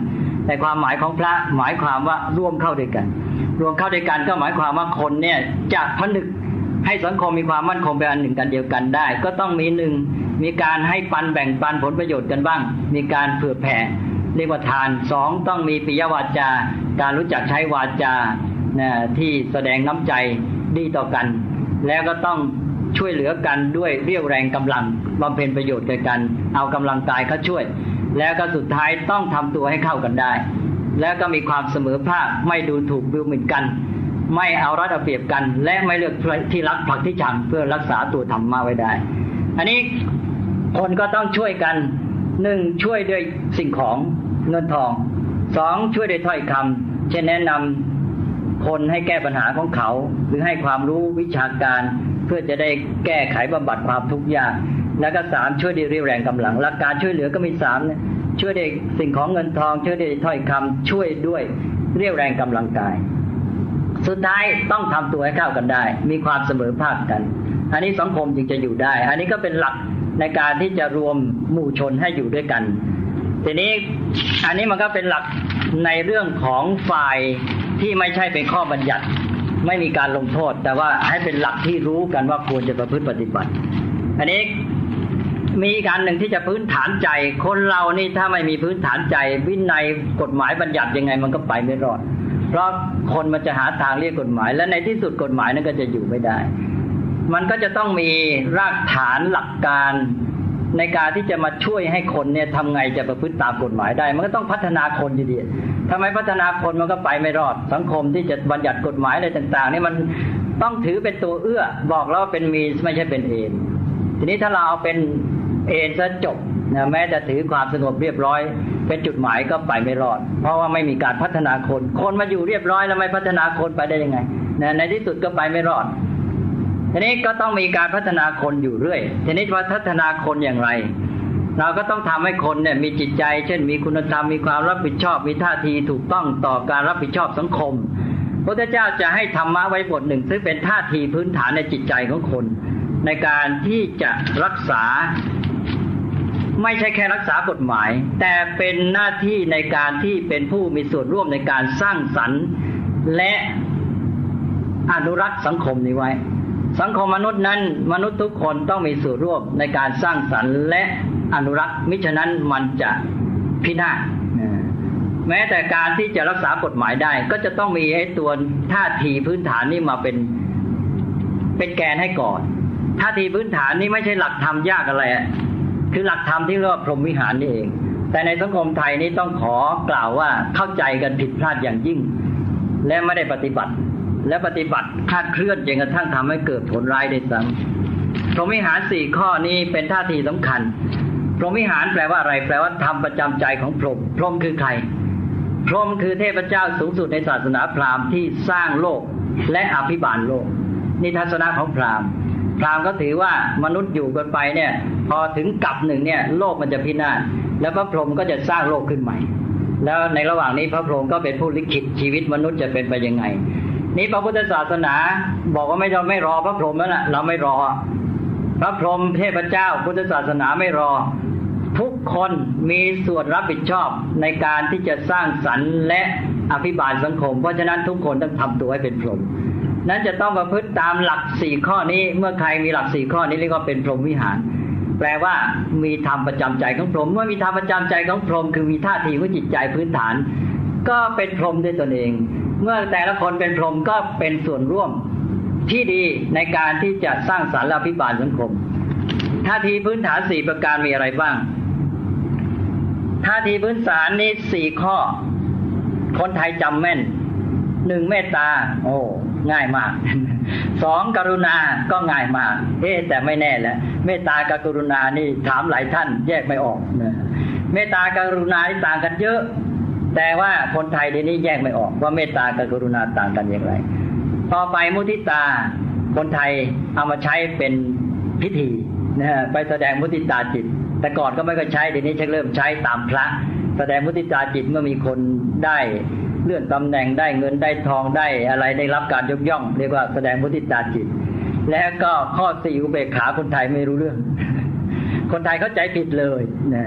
แต่ความหมายของพระหมายความว่าร่วมเข้าด้วยกันรวมเข้าด้วยกันก็หมายความว่าคนเนี่ยจะผนึกให้สังคมมีความมั่นคงเป็นอันหนึ่งกันเดียวกันได้ก็ต้องมีหนึ่งมีการให้ปันแบ่งปันผลประโยชน์กันบ้างมีการเผื่อแผ่เรียกว่าทานสองต้องมีปิยวาจาการรู้จักใช้วาจานะที่แสดงน้ำใจดีต่อกันแล้วก็ต้องช่วยเหลือกันด้วยเรี่ยวแรงกำลังบำเพ็ญประโยชน์แก่กันเอากำลังกายเขาช่วยแล้วก็สุดท้ายต้องทำตัวให้เข้ากันได้แล้วก็มีความเสมอภาคไม่ดูถูกดูหมิ่นกันไม่เอารัดเอาเปรียบกันและไม่เลือกที่รักผลักที่ชังเพื่อรักษาตัวธรรมะไว้ได้อันนี้คนก็ต้องช่วยกันหนึ่งช่วยด้วยสิ่งของเงินทองสองช่วยด้วยถ้อยคำเช่นแนะนำคนให้แก้ปัญหาของเขาหรือให้ความรู้วิชาการเพื่อจะได้แก้ไขบำบัดความทุกข์ยากแล้วก็สามช่วยด้วยเรี่ยวแรงกำลังหลักการช่วยเหลือก็มีสามเนี่ยช่วยด้วยสิ่งของเงินทองช่วยด้วยถ้อยคำช่วยด้วยเรี่ยวแรงกำลังกายสุดท้ายต้องทำตัวให้เข้ากันได้มีความเสมอภาคกันอันนี้สังคมจึงจะอยู่ได้อันนี้ก็เป็นหลักในการที่จะรวมหมู่ชนให้อยู่ด้วยกันทีนี้อันนี้มันก็เป็นหลักในเรื่องของฝ่ายที่ไม่ใช่เป็นข้อบัญญัติไม่มีการลงโทษแต่ว่าให้เป็นหลักที่รู้กันว่าควรจะประพฤติปฏิบัติอันนี้มีการหนึ่งที่จะพื้นฐานใจคนเรานี่ถ้าไม่มีพื้นฐานใจวินัยกฎหมายบัญญัติยังไงมันก็ไปไม่รอดเพราะคนมันจะหาทางเรียกกฎหมายและในที่สุดกฎหมายนั้นก็จะอยู่ไม่ได้มันก็จะต้องมีรากฐานหลักการในการที่จะมาช่วยให้คนเนี่ยทำไงจะประพฤติตามกฎหมายได้มันก็ต้องพัฒนาคนอยู่ดีทำไมพัฒนาคนมันก็ไปไม่รอดสังคมที่จะบัญญัติกฎหมายอะไรต่างๆนี่มันต้องถือเป็นตัวเอื้อบอกแล้วว่าเป็นมีไม่ใช่เป็นเอนทีนี้ถ้าเราเอาเป็นเอนซะจบนะแม้จะถือความสงบเรียบร้อยเป็นจุดหมายก็ไปไม่รอดเพราะว่าไม่มีการพัฒนาคนคนมาอยู่เรียบร้อยแล้วไม่พัฒนาคนไปได้ยังไงนะในที่สุดก็ไปไม่รอดทีนี้ก็ต้องมีการพัฒนาคนอยู่เรื่อยทีนี้ว่าพัฒนาคนอย่างไรเราก็ต้องทำให้คนเนี่ยมีจิตใจเช่นมีคุณธรรมมีความรับผิดชอบมีท่าทีถูกต้องต่อการรับผิดชอบสังคมพระพุทธเจ้าจะให้ธรรมะไว้บทหนึ่งซึ่งเป็นท่าทีพื้นฐานในจิตใจของคนในการที่จะรักษาไม่ใช่แค่รักษากฎหมายแต่เป็นหน้าที่ในการที่เป็นผู้มีส่วนร่วมในการสร้างสรรค์และอนุรักษ์สังคมนี้ไว้สังคมมนุษย์นั้นมนุษย์ทุกคนต้องมีส่วนร่วมในการสร้างสรรค์และอนุรักษ์มิฉะนั้นมันจะพินาศแม้แต่การที่จะรักษากฎหมายได้ก็จะต้องมีไอ้ตัวท่าทีพื้นฐานนี้มาเป็นเป็นแกนให้ก่อนท่าทีพื้นฐานนี้ไม่ใช่หลักธรรมยากอะไรคือหลักธรรมที่เรียกว่าพรหมวิหารนี่เองแต่ในสังคมไทยนี้ต้องขอกล่าวว่าเข้าใจกันผิดพลาดอย่างยิ่งและไม่ได้ปฏิบัติและปฏิบัติคลาดเคลื่อนจนกระทั่งทำให้เกิดผลร้ายได้ซ้ำพรหมวิหารสี่ข้อนี้เป็นท่าทีสำคัญพรหมวิหารแปลว่าอะไรแปลว่าธรรมประจำใจของพรหมพรหมคือใครพรหมคือเทพเจ้าสูงสุดในศาสนาพราหมณ์ที่สร้างโลกและอภิบาลโลกนี่ทัศนะของพราหมณ์พราหมณ์ก็ถือว่ามนุษย์อยู่กันไปเนี่ยพอถึงกับหนึ่งเนี่ยโลกมันจะพินาศแล้วพระพรหมก็จะสร้างโลกขึ้นใหม่แล้วในระหว่างนี้พระพรหมก็เป็นผู้ลิขิตชีวิตมนุษย์จะเป็นไปยังไงนี่พระพุทธศาสนาบอกว่าไม่เราไม่รอพระพรหมแล้วล่ะเราไม่รอพระพรหมเทพเจ้าพุทธศาสนาไม่รอทุกคนมีส่วนรับผิดชอบในการที่จะสร้างสรรค์และอภิบาลสังคมเพราะฉะนั้นทุกคนต้องทำตัวให้เป็นพรหมนั้นจะต้องประพฤติตามหลักสี่ข้อนี้เมื่อใครมีหลักสี่ข้อนี้เรียกว่าเป็นพรหมวิหารแปลว่ามีธรรมประจำใจของพรหมเมื่อมีธรรมประจำใจของพรหมคือมีท่าทีของจิตใจพื้นฐานก็เป็นพรหมด้วยตนเองเมื่อแต่ละคนเป็นพรหมก็เป็นส่วนร่วมที่ดีในการที่จะสร้างสรรค์และอภิบาลสังคมท่าทีพื้นฐานสี่ประการมีอะไรบ้างท่าทีพื้นฐานนี้สี่ข้อคนไทยจำแม่นหนึ่งเมตตาโอ้ง่ายมากสองกรุณาก็ง่ายมากเอ๊ะแต่ไม่แน่แหละเมตตากับกรุณานี่ถามหลายท่านแยกไม่ออกนะเมตตากับกรุณาต่างกันเยอะแต่ว่าคนไทยเดี๋ยวนี้แยกไม่ออกว่าเมตตากับกรุณาต่างกันอย่างไรต่อไปมุทิตาคนไทยเอามาใช้เป็นพิธีนะฮะไปแสดงมุทิตาจิตแต่ก่อนก็ไม่เคยใช้เดี๋ยวนี้ชักเริ่มใช้ตามพระแสดงมุทิตาจิตเมื่อมีคนได้เลื่อนตำแหน่งได้เงินได้ทองได้อะไรได้รับการยกย่องเรียกว่าแสดงมุทิตาจิตแล้วก็ข้อสี่อุเบกขาคนไทยไม่รู้เรื่องคนไทยเข้าใจผิดเลยนะ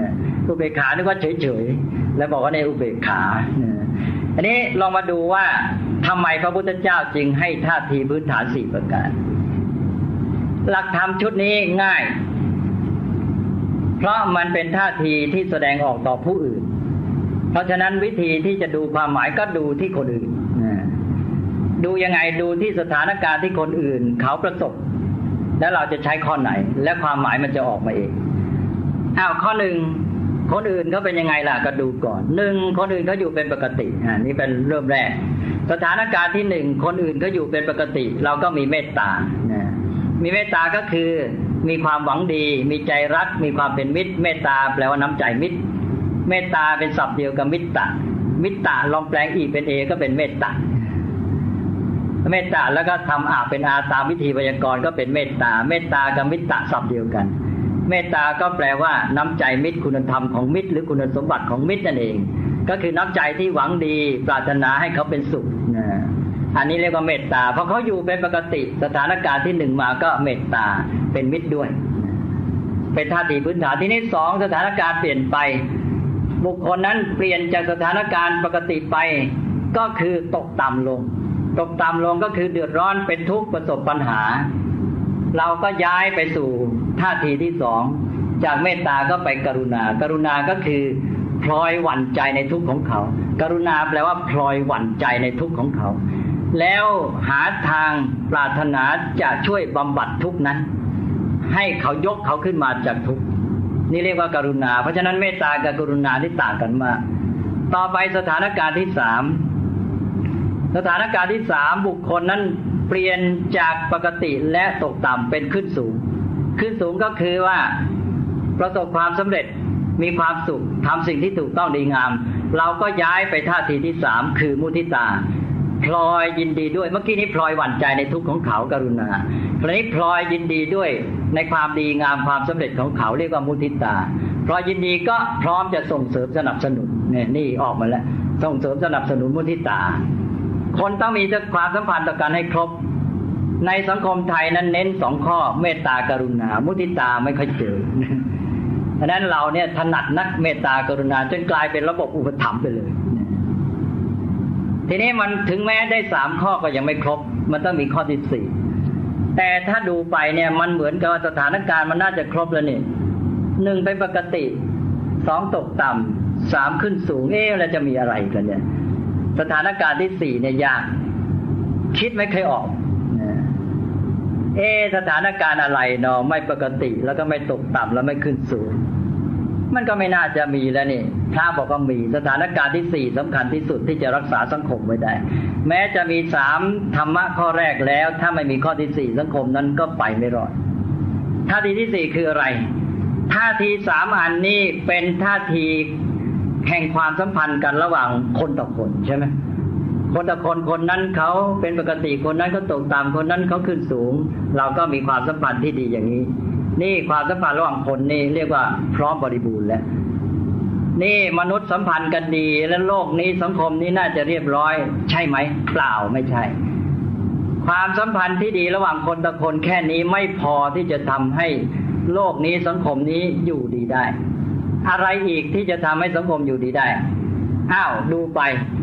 อุเบกขานึกว่าเฉยๆแล้วบอกว่าในอุเบกขาอันนี้ลองมาดูว่าทำไมพระพุทธเจ้าจึงให้ท่าทีพื้นฐานสี่ประการหลักธรรมชุดนี้ง่ายเพราะมันเป็นท่าทีที่แสดงออกต่อผู้อื่นเพราะฉะนั้นวิธีที่จะดูความหมายก็ดูที่คนอื่นดูยังไงดูที่สถานการณ์ที่คนอื่นเขาประสบแล้วเราจะใช้ข้อไหนและความหมายมันจะออกมาเองอ้าวข้อหนึ่งคนอื่นเขาเป็นยังไงล่ะก็ดูก่อนหนึ่งคนอื่นเขาอยู่เป็นปกติอ่านี่เป็นเริ่มแรกสถานการณ์ที่หนึ่งคนอื่นเขาอยู่เป็นปกติเราก็มีเมตตานะมีเมตตาก็คือมีความหวังดีมีใจรักมีความเป็นมิตรเมตตาแปลว่าน้ำใจมิตรเมตตาเป็นศัพท์เดียวกับมิตตะมิตตะลองแปลงอีกเป็นเอก็เป็นเมตตาเมตตาแล้วก็ทำอาเป็นอาตามวิธีไวยากรณ์ก็เป็นเมตตาเมตตากับมิตตะศัพท์เดียวกันเมตตาก็แปลว่าน้ำใจมิตรคุณธรรมของมิตรหรือคุณสมบัติของมิตรนั่นเองก็คือน้ำใจที่หวังดีปรารถนาให้เขาเป็นสุขนะอันนี้เรียกว่าเมตตาเพราะเขาอยู่เป็นปกติสถานการณ์ที่หนึ่งมาก็เมตตาเป็นมิตรด้วยเป็นท่าทีพื้นฐานที่นี้สองสถานการณ์เปลี่ยนไปบุคคลนั้นเปลี่ยนจากสถานการณ์ปกติไปก็คือตกต่ำลงตกต่ำลงก็คือเดือดร้อนเป็นทุกข์ประสบปัญหาเราก็ย้ายไปสู่ท่าทีที่สองจากเมตตาก็ไปกรุณากรุณาก็คือพลอยหวั่นใจในทุกข์ของเขากรุณาแปลว่าพลอยหวั่นใจในทุกข์ของเขาแล้วหาทางปรารถนาจะช่วยบำบัดทุกข์นั้นให้เขายกเขาขึ้นมาจากทุกข์นี่เรียกว่ากรุณาเพราะฉะนั้นเมตตากับกรุณาที่ต่างกันมากต่อไปสถานการณ์ที่สามสถานการณ์ที่สามบุคคลนั้นเปลี่ยนจากปกติและตกต่ำเป็นขึ้นสูงขึ้นสูงก็คือว่าประสบความสำเร็จมีความสุขทำสิ่งที่ถูกต้องดีงามเราก็ย้ายไปท่าทีที่สามคือมุทิตาพลอยยินดีด้วยเมื่อกี้นี้พลอยหวั่นใจในทุกข์ของเขากรุณาคราวนี้พลอยยินดีด้วยในความดีงามความสำเร็จของเขาเรียกว่ามุทิตาพลอยยินดีก็พร้อมจะส่งเสริมสนับสนุนเนี่ยนี่ออกมาแล้วส่งเสริมสนับสนุนมุทิตาคนต้องมีความสัมพันธ์ต่อกันให้ครบในสังคมไทยนั้นเน้นสองข้อเมตตากรุณามุทิตาไม่ค่อยเจอเพราะนั้นเราเนี่ยถนัดนักเมตตากรุณาจนกลายเป็นระบบอุปถัมภ์ไปเลยทีนี้มันถึงแม้ได้สามข้อก็ยังไม่ครบมันต้องมีข้อที่สี่แต่ถ้าดูไปเนี่ยมันเหมือนกับสถานการณ์มันน่าจะครบแล้วนี่หนึ่งเป็นปกติสองตกต่ำสามขึ้นสูงเอ๊ะแล้วจะมีอะไรกันเนี่ยสถานการณ์ที่สี่เนี่ยยากคิดไม่เคยออกเอ๊ะสถานการณ์อะไรเนาะไม่ปกติแล้วก็ไม่ตกต่ำแล้วไม่ขึ้นสูงมันก็ไม่น่าจะมีแล้วนี่พระบอกว่ามีสถานการณ์ที่สี่สำคัญที่สุดที่จะรักษาสังคมไว้ได้แม้จะมีสามธรรมะข้อแรกแล้วถ้าไม่มีข้อที่สี่สังคมนั้นก็ไปไม่รอดท่าทีที่สี่คืออะไรท่าทีสามอันนี้เป็นท่าทีแห่งความสัมพันธ์กันระหว่างคนต่อคนใช่ไหมคนต่อคนคนนั้นเขาเป็นปกติคนนั้นเขาตกต่ำคนนั้นเขาขึ้นสูงเราก็มีความสัมพันธ์ที่ดีอย่างนี้นี่ความสัมพันธ์ระหว่างคนนี่เรียกว่าพร้อมบริบูรณ์แล้วนี่มนุษย์สัมพันธ์กันดีและโลกนี้สังคมนี้น่าจะเรียบร้อยใช่ไหมเปล่าไม่ใช่ความสัมพันธ์ที่ดีระหว่างคนต่อคนแค่นี้ไม่พอที่จะทำให้โลกนี้สังคมนี้อยู่ดีได้อะไรอีกที่จะทำให้สังคมอยู่ดีได้อ้าวดูไป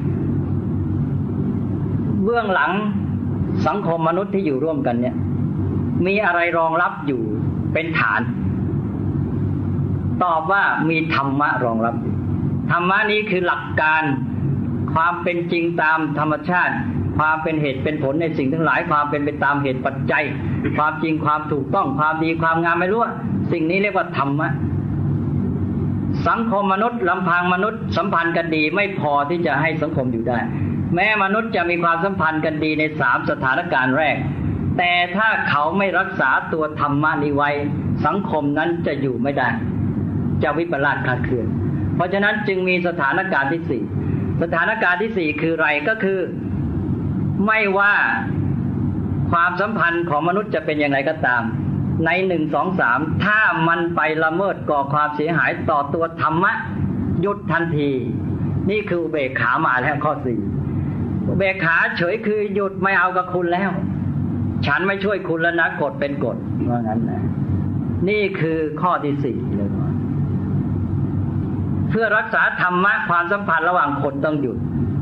เบื้องหลังสังคมมนุษย์ที่อยู่ร่วมกันเนี่ยมีอะไรรองรับอยู่เป็นฐานตอบว่ามีธรรมะรองรับธรรมะนี้คือหลักการความเป็นจริงตามธรรมชาติความเป็นเหตุเป็นผลในสิ่งทั้งหลายความเป็นไปตามเหตุปัจจัยความจริงความถูกต้องความดีความงามไม่รู้สิ่งนี้เรียกว่าธรรมะสังคมมนุษย์ลำพังมนุษย์สัมพันธ์กันดีไม่พอที่จะให้สังคมอยู่ได้แม้มนุษย์จะมีความสัมพันธ์กันดีในสามสถานการณ์แรกแต่ถ้าเขาไม่รักษาตัวธรรมะนี้ไว้สังคมนั้นจะอยู่ไม่ได้จะวิปลาสคลาดเคลื่อนเพราะฉะนั้นจึงมีสถานการณ์ที่สี่สถานการณ์ที่สี่คืออะไรก็คือไม่ว่าความสัมพันธ์ของมนุษย์จะเป็นอย่างไรก็ตามในหนึ่งสองสามถ้ามันไปละเมิดก่อความเสียหายต่อตัวธรรมะหยุดทันทีนี่คืออุเบกขามาแล้วข้อสี่อุเบกขาเฉยคือหยุดไม่เอากับคุณแล้วฉันไม่ช่วยคุณแล้วนะกฎเป็นกฎว่างั้นนะนี่คือข้อที่สี่เลยพื่อรักษาธรรมะความสัมพันธ์ระหว่างคนต้องหยุด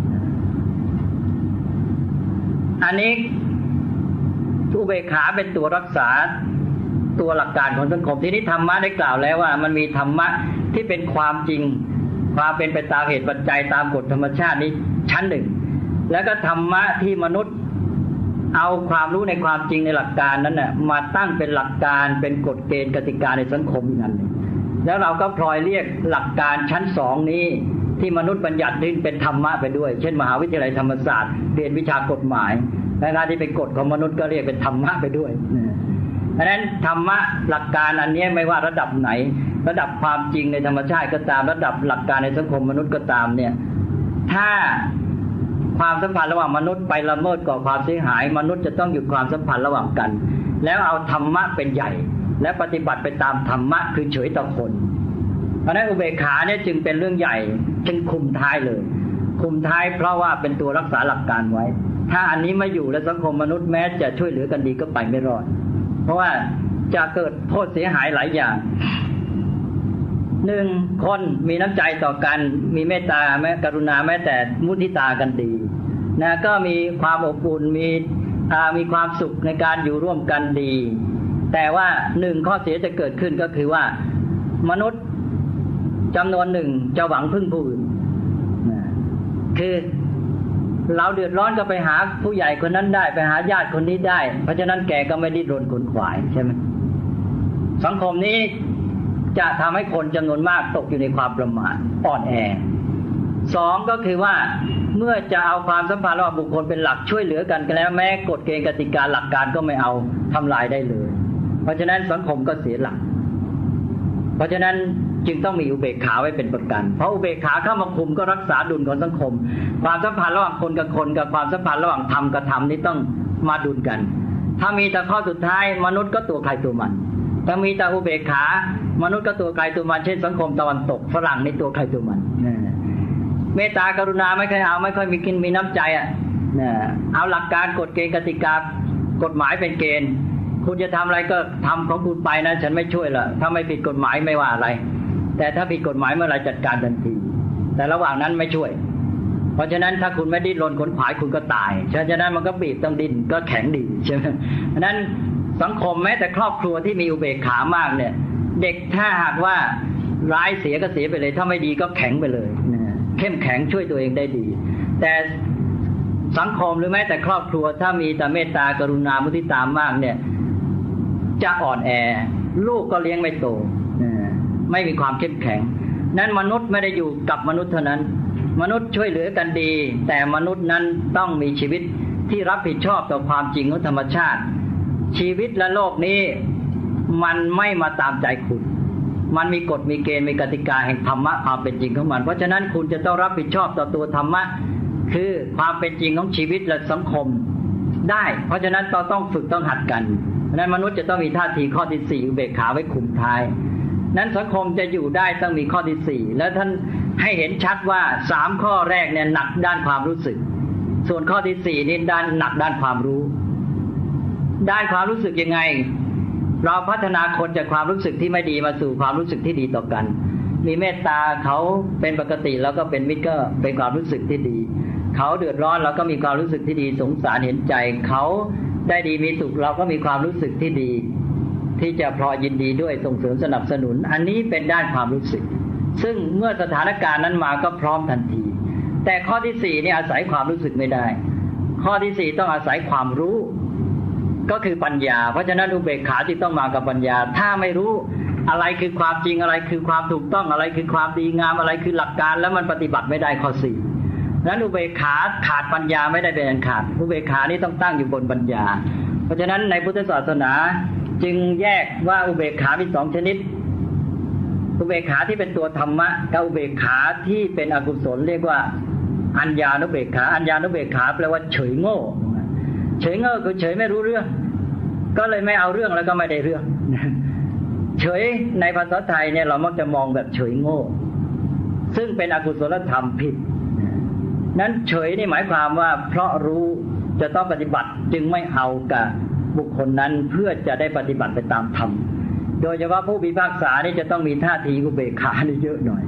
อันนี้อุเบกขาเป็นตัวรักษาตัวหลักการของสังคมทีนี้ธรรมะได้กล่าวแล้วว่ามันมีธรรมะที่เป็นความจริงความเป็นไปตามเหตุปัจจัยตามกฎธรรมชาตินี้ชั้นหนึ่งแล้วก็ธรรมะที่มนุษย์เอาความรู้ในความจริงในหลักการนั้นน่ะมาตั้งเป็นหลักการเป็นกฎเกณฑ์กติกาในสังคมอีกอันหนึ่งแล้วเราก็พลอยเรียกหลักการชั้นสองนี้ที่มนุษย์บัญญัตินี้เป็นธรรมะไปด้วยเช่นมหาวิทยาลัยธรรมศาสตร์เรียนวิชากฎหมายและงานที่เป็นกฎของมนุษย์ก็เรียกเป็นธรรมะไปด้วยเพราะฉะนั้นธรรมะหลักการอันนี้ไม่ว่าระดับไหนระดับความจริงในธรรมชาติก็ตามระดับหลักการในสังคมมนุษย์ก็ตามเนี่ยถ้าความสัมพันธ์ระหว่างมนุษย์ไปละเมิดก่อความเสียหายมนุษย์จะต้องหยุดความสัมพันธ์ระหว่างกันแล้วเอาธรรมะเป็นใหญ่และปฏิบัติไปตามธรรมะคือเฉยต่อคนเพราะฉะนั้นอุเบกขาเนี่ยจึงเป็นเรื่องใหญ่จึงคุมท้ายเลยคุมท้ายเพราะว่าเป็นตัวรักษาหลักการไว้ถ้าอันนี้ไม่อยู่และสังคมมนุษย์แม้จะช่วยเหลือกันดีก็ไปไม่รอดเพราะว่าจะเกิดโทษเสียหายหลายอย่างหนึ่งคนมีน้ำใจต่อกันมีเมตตาแม้กรุณาแม้แต่มุทิตากันดีนะก็มีความอบอุ่นมีมีความสุขในการอยู่ร่วมกันดีแต่ว่าหนึ่งข้อเสียจะเกิดขึ้นก็คือว่ามนุษย์จำนวนหนึ่งจะหวังพึ่งผู้อื่นคือเราเดือดร้อนก็ไปหาผู้ใหญ่คนนั้นได้ไปหาญาติคนนี้ได้เพราะฉะนั้นแกก็ไม่ดิ้นรนขนขวายใช่ไหมสังคมนี้จะทำให้คนจำนวนมากตกอยู่ในความประมาทอ่อนแอสองก็คือว่าเมื่อจะเอาความสัมพันธ์ระหว่างบุคคลเป็นหลักช่วยเหลือกันกันแล้วแม้กฎเกณฑ์กติกาหลักการก็ไม่เอาทำลายได้เลยเพราะฉะนั้นสังคมก็เสียหลักเพราะฉะนั้นจึงต้องมีอุเบกขาไว้เป็นประกันเพราะอุเบกขาเข้ามาคุมก็รักษาดุลของสังคมความสัมพันธ์ระหว่างคนกับคนกับความสัมพันธ์ระหว่างธรรมกับธรรมนี้ต้องมาดุลกันถ้ามีแต่ข้อสุดท้ายมนุษย์ก็ตัวใครตัวมันถ้ามีแต่อุเบกขามนุษย์ก็ตัวใครตัวมันเช่นสังคมตะวันตกฝรั่งนี่ตัวใครตัวมันเมตตากรุณาไม่ค่อยเอาไม่ค่อยมีกินมีน้ำใจอ่ะเอาหลักการกฎเกณฑ์กติกากฎหมายเป็นเกณฑ์คุณจะทำอะไรก็ทำของคุณไปนะฉันไม่ช่วยละถ้าไม่ผิดกฎหมายไม่ว่าอะไรแต่ถ้าผิดกฎหมายเมื่อไรจัดการทันทีแต่ระหว่างนั้นไม่ช่วยเพราะฉะนั้นถ้าคุณไม่ดิ้นรนขนขวายคุณก็ตายฉะนั้นมันก็บีบต้องดิ้นก็แข็งดีใช่ไหมเพราะนั้นสังคมแม้แต่ครอบครัวที่มีอุเบกขามากเนี่ยเด็กถ้าหากว่าร้ายเสียก็เสียไปเลยถ้าไม่ดีก็แข็งไปเลยเข้มแข็งช่วยตัวเองได้ดีแต่สังคมหรือแม้แต่ครอบครัวถ้ามีแต่เมตตากรุณามุทิตามากเนี่ยจะอ่อนแอลูกก็เลี้ยงไม่โตไม่มีความเข้มแข็งนั้นมนุษย์ไม่ได้อยู่กับมนุษย์เท่านั้นมนุษย์ช่วยเหลือกันดีแต่มนุษย์นั้นต้องมีชีวิตที่รับผิดชอบต่อความจริงของธรรมชาติชีวิตและโลกนี้มันไม่มาตามใจคุณมันมีกฎมีเกณฑ์มีกติกาแห่งธรรมะความเป็นจริงของมันเพราะฉะนั้นคุณจะต้องรับผิดชอบต่อตัวธรรมะคือความเป็นจริงของชีวิตและสังคมได้เพราะฉะนั้นเราต้องฝึกต้องหัดกันเพราะนั้นมนุษย์จะต้องมีท่าทีข้อที่สี่อุเบกขาไว้คุมท้ายนั้นสังคมจะอยู่ได้ต้องมีข้อที่สี่แล้วท่านให้เห็นชัดว่าสามข้อแรกเนี่ยหนักด้านความรู้สึกส่วนข้อที่สี่นี่ด้านหนักด้านความรู้ด้านความรู้สึกยังไงเราพัฒนาคนจากความรู้สึกที่ไม่ดีมาสู่ความรู้สึกที่ดีต่อกันมีเมตตาเขาเป็นปกติแล้วก็เป็นมิตรก็เป็นความรู้สึกที่ดีเขาเดือดร้อนเราก็มีความรู้สึกที่ดีสงสารเห็นใจเขาได้ดีมีสุขเราก็มีความรู้สึกที่ดีที่จะพลอยยินดีด้วยส่งเสริมสนับสนุนอันนี้เป็นด้านความรู้สึกซึ่งเมื่อสถานการณ์นั้นมาก็พร้อมทันทีแต่ข้อที่สี่นี่อาศัยความรู้สึกไม่ได้ข้อที่สี่ต้องอาศัยความรู้ก็คือปัญญาเพราะฉะนั้นอุเบกขาที่ต้องมากับปัญญาถ้าไม่รู้อะไรคือความจริงอะไรคือความถูกต้องอะไรคือความดีงามอะไรคือหลักการแล้วมันปฏิบัติไม่ได้ข้อสี่นั้นอุเบกขาขาดปัญญาไม่ได้เป็นอันขาดอุเบกขานี้ต้องตั้งอยู่บนปัญญาเพราะฉะนั้นในพุทธศาสนาจึงแยกว่าอุเบกขามีสองชนิดอุเบกขาที่เป็นตัวธรรมะกับอุเบกขาที่เป็นอกุศลเรียกว่าอัญญานุเบกขาอัญญานุเบกขาแปลว่าเฉยโง่เฉยโง่คือเฉยไม่รู้เรื่องก็เลยไม่เอาเรื่องแล้วก็ไม่ได้เรื่องเฉยในภาษาไทยเนี่ยเรามักจะมองแบบเฉยโง่ซึ่งเป็นอกุศลธรรมผิดนั้นเฉยนี่หมายความว่าเพราะรู้จะต้องปฏิบัติจึงไม่เอากับบุคคลนั้นเพื่อจะได้ปฏิบัติไปตามธรรมโดยเฉพาะผู้พิพากษานี่จะต้องมีท่าทีอุเบกขานี่เยอะหน่อย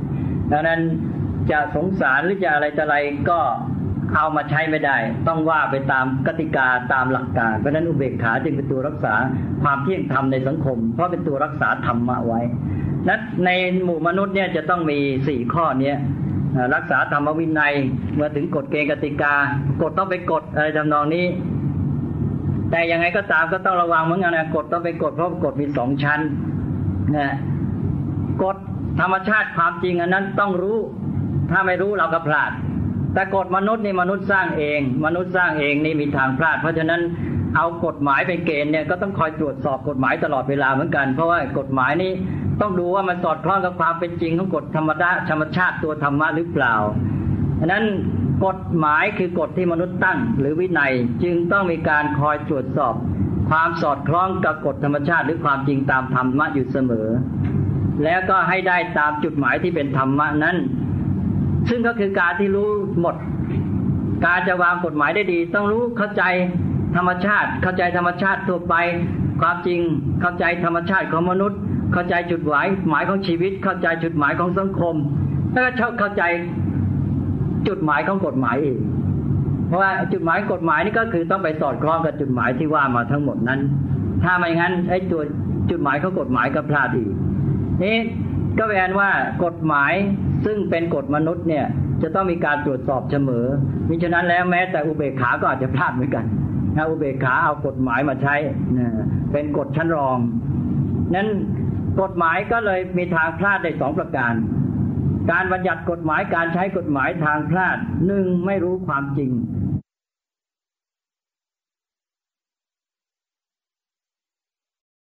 ดังนั้นจะสงสารหรือจะอะไรต่ออะไรก็เอามาใช้ไม่ได้ต้องว่าไปตามกติกาตามหลักการเพราะฉะนั้นอุเบกขาจึงเป็นตัวรักษาความเที่ยงธรรมในสังคมเพราะเป็นตัวรักษาธรรมะไว้นั้นในหมู่มนุษย์เนี่ยจะต้องมีสี่ข้อนี้รักษาธรรมวินัยเมื่อถึงกฎเกณฑ์กติกากฎต้องไปกฎอะไรทำนองนี้แต่ยังไงก็ตามก็ต้องระวังเหมือนกันนะกฎต้องไปกฎเพราะกฎมีสองชั้นนะกฎธรรมชาติความจริงอันนั้นต้องรู้ถ้าไม่รู้เราก็พลาดแต่กฎมนุษย์นี่มนุษย์สร้างเองมนุษย์สร้างเองนี่มีทางพลาดเพราะฉะนั้นเอากฎหมายเป็นเกณฑ์เนี่ยก็ต้องคอยตรวจสอบกฎหมายตลอดเวลาเหมือนกันเพราะว่ากฎหมายนี้ต้องดูว่ามันสอดคล้องกับความเป็นจริงของกฎธรรมดาธรรมชาติตัวธรรมะหรือเปล่าฉะนั้นกฎหมายคือกฎที่มนุษย์ตั้งหรือวินัยจึงต้องมีการคอยตรวจสอบความสอดคล้องกับกฎธรรมชาติหรือความจริงตามธรรมะอยู่เสมอแล้วก็ให้ได้ตามจุดหมายที่เป็นธรรมะนั้นซึ่งก็คือการที่รู้หมดการจะวางกฎหมายได้ดีต้องรู้เข้าใจธรรมชาติเข้าใจธรรมชาติทั่วไปความจริงเข้าใจธรรมชาติของมนุษย์เข้าใจจุดหมายหมายของชีวิตเข้าใจจุดหมายของสังคมแล้วก็เข้าใจจุดหมายของกฎหมายเองเพราะว่าจุดหมายกฎหมายนี่ก็คือต้องไปสอดคล้องกับจุดหมายที่ว่ามาทั้งหมดนั้นถ้าไม่งั้นไอ้ตัวจุดหมายของกฎหมายก็พลาดอีกนี่ก็แปลว่ากฎหมายซึ่งเป็นกฎมนุษย์เนี่ยจะต้องมีการตรวจสอบเสมอมิฉะนั้นแล้วแม้แต่อุเบกขาก็อาจจะพลาดเหมือนกันถ้าอุเบกขาเอากฎหมายมาใช้นะเป็นกฎชั้นรองนั้นกฎหมายก็เลยมีทางพลาดได้สองประการการบัญญัติกฎหมายการใช้กฎหมายทางพลาดหนึ่งไม่รู้ความจริง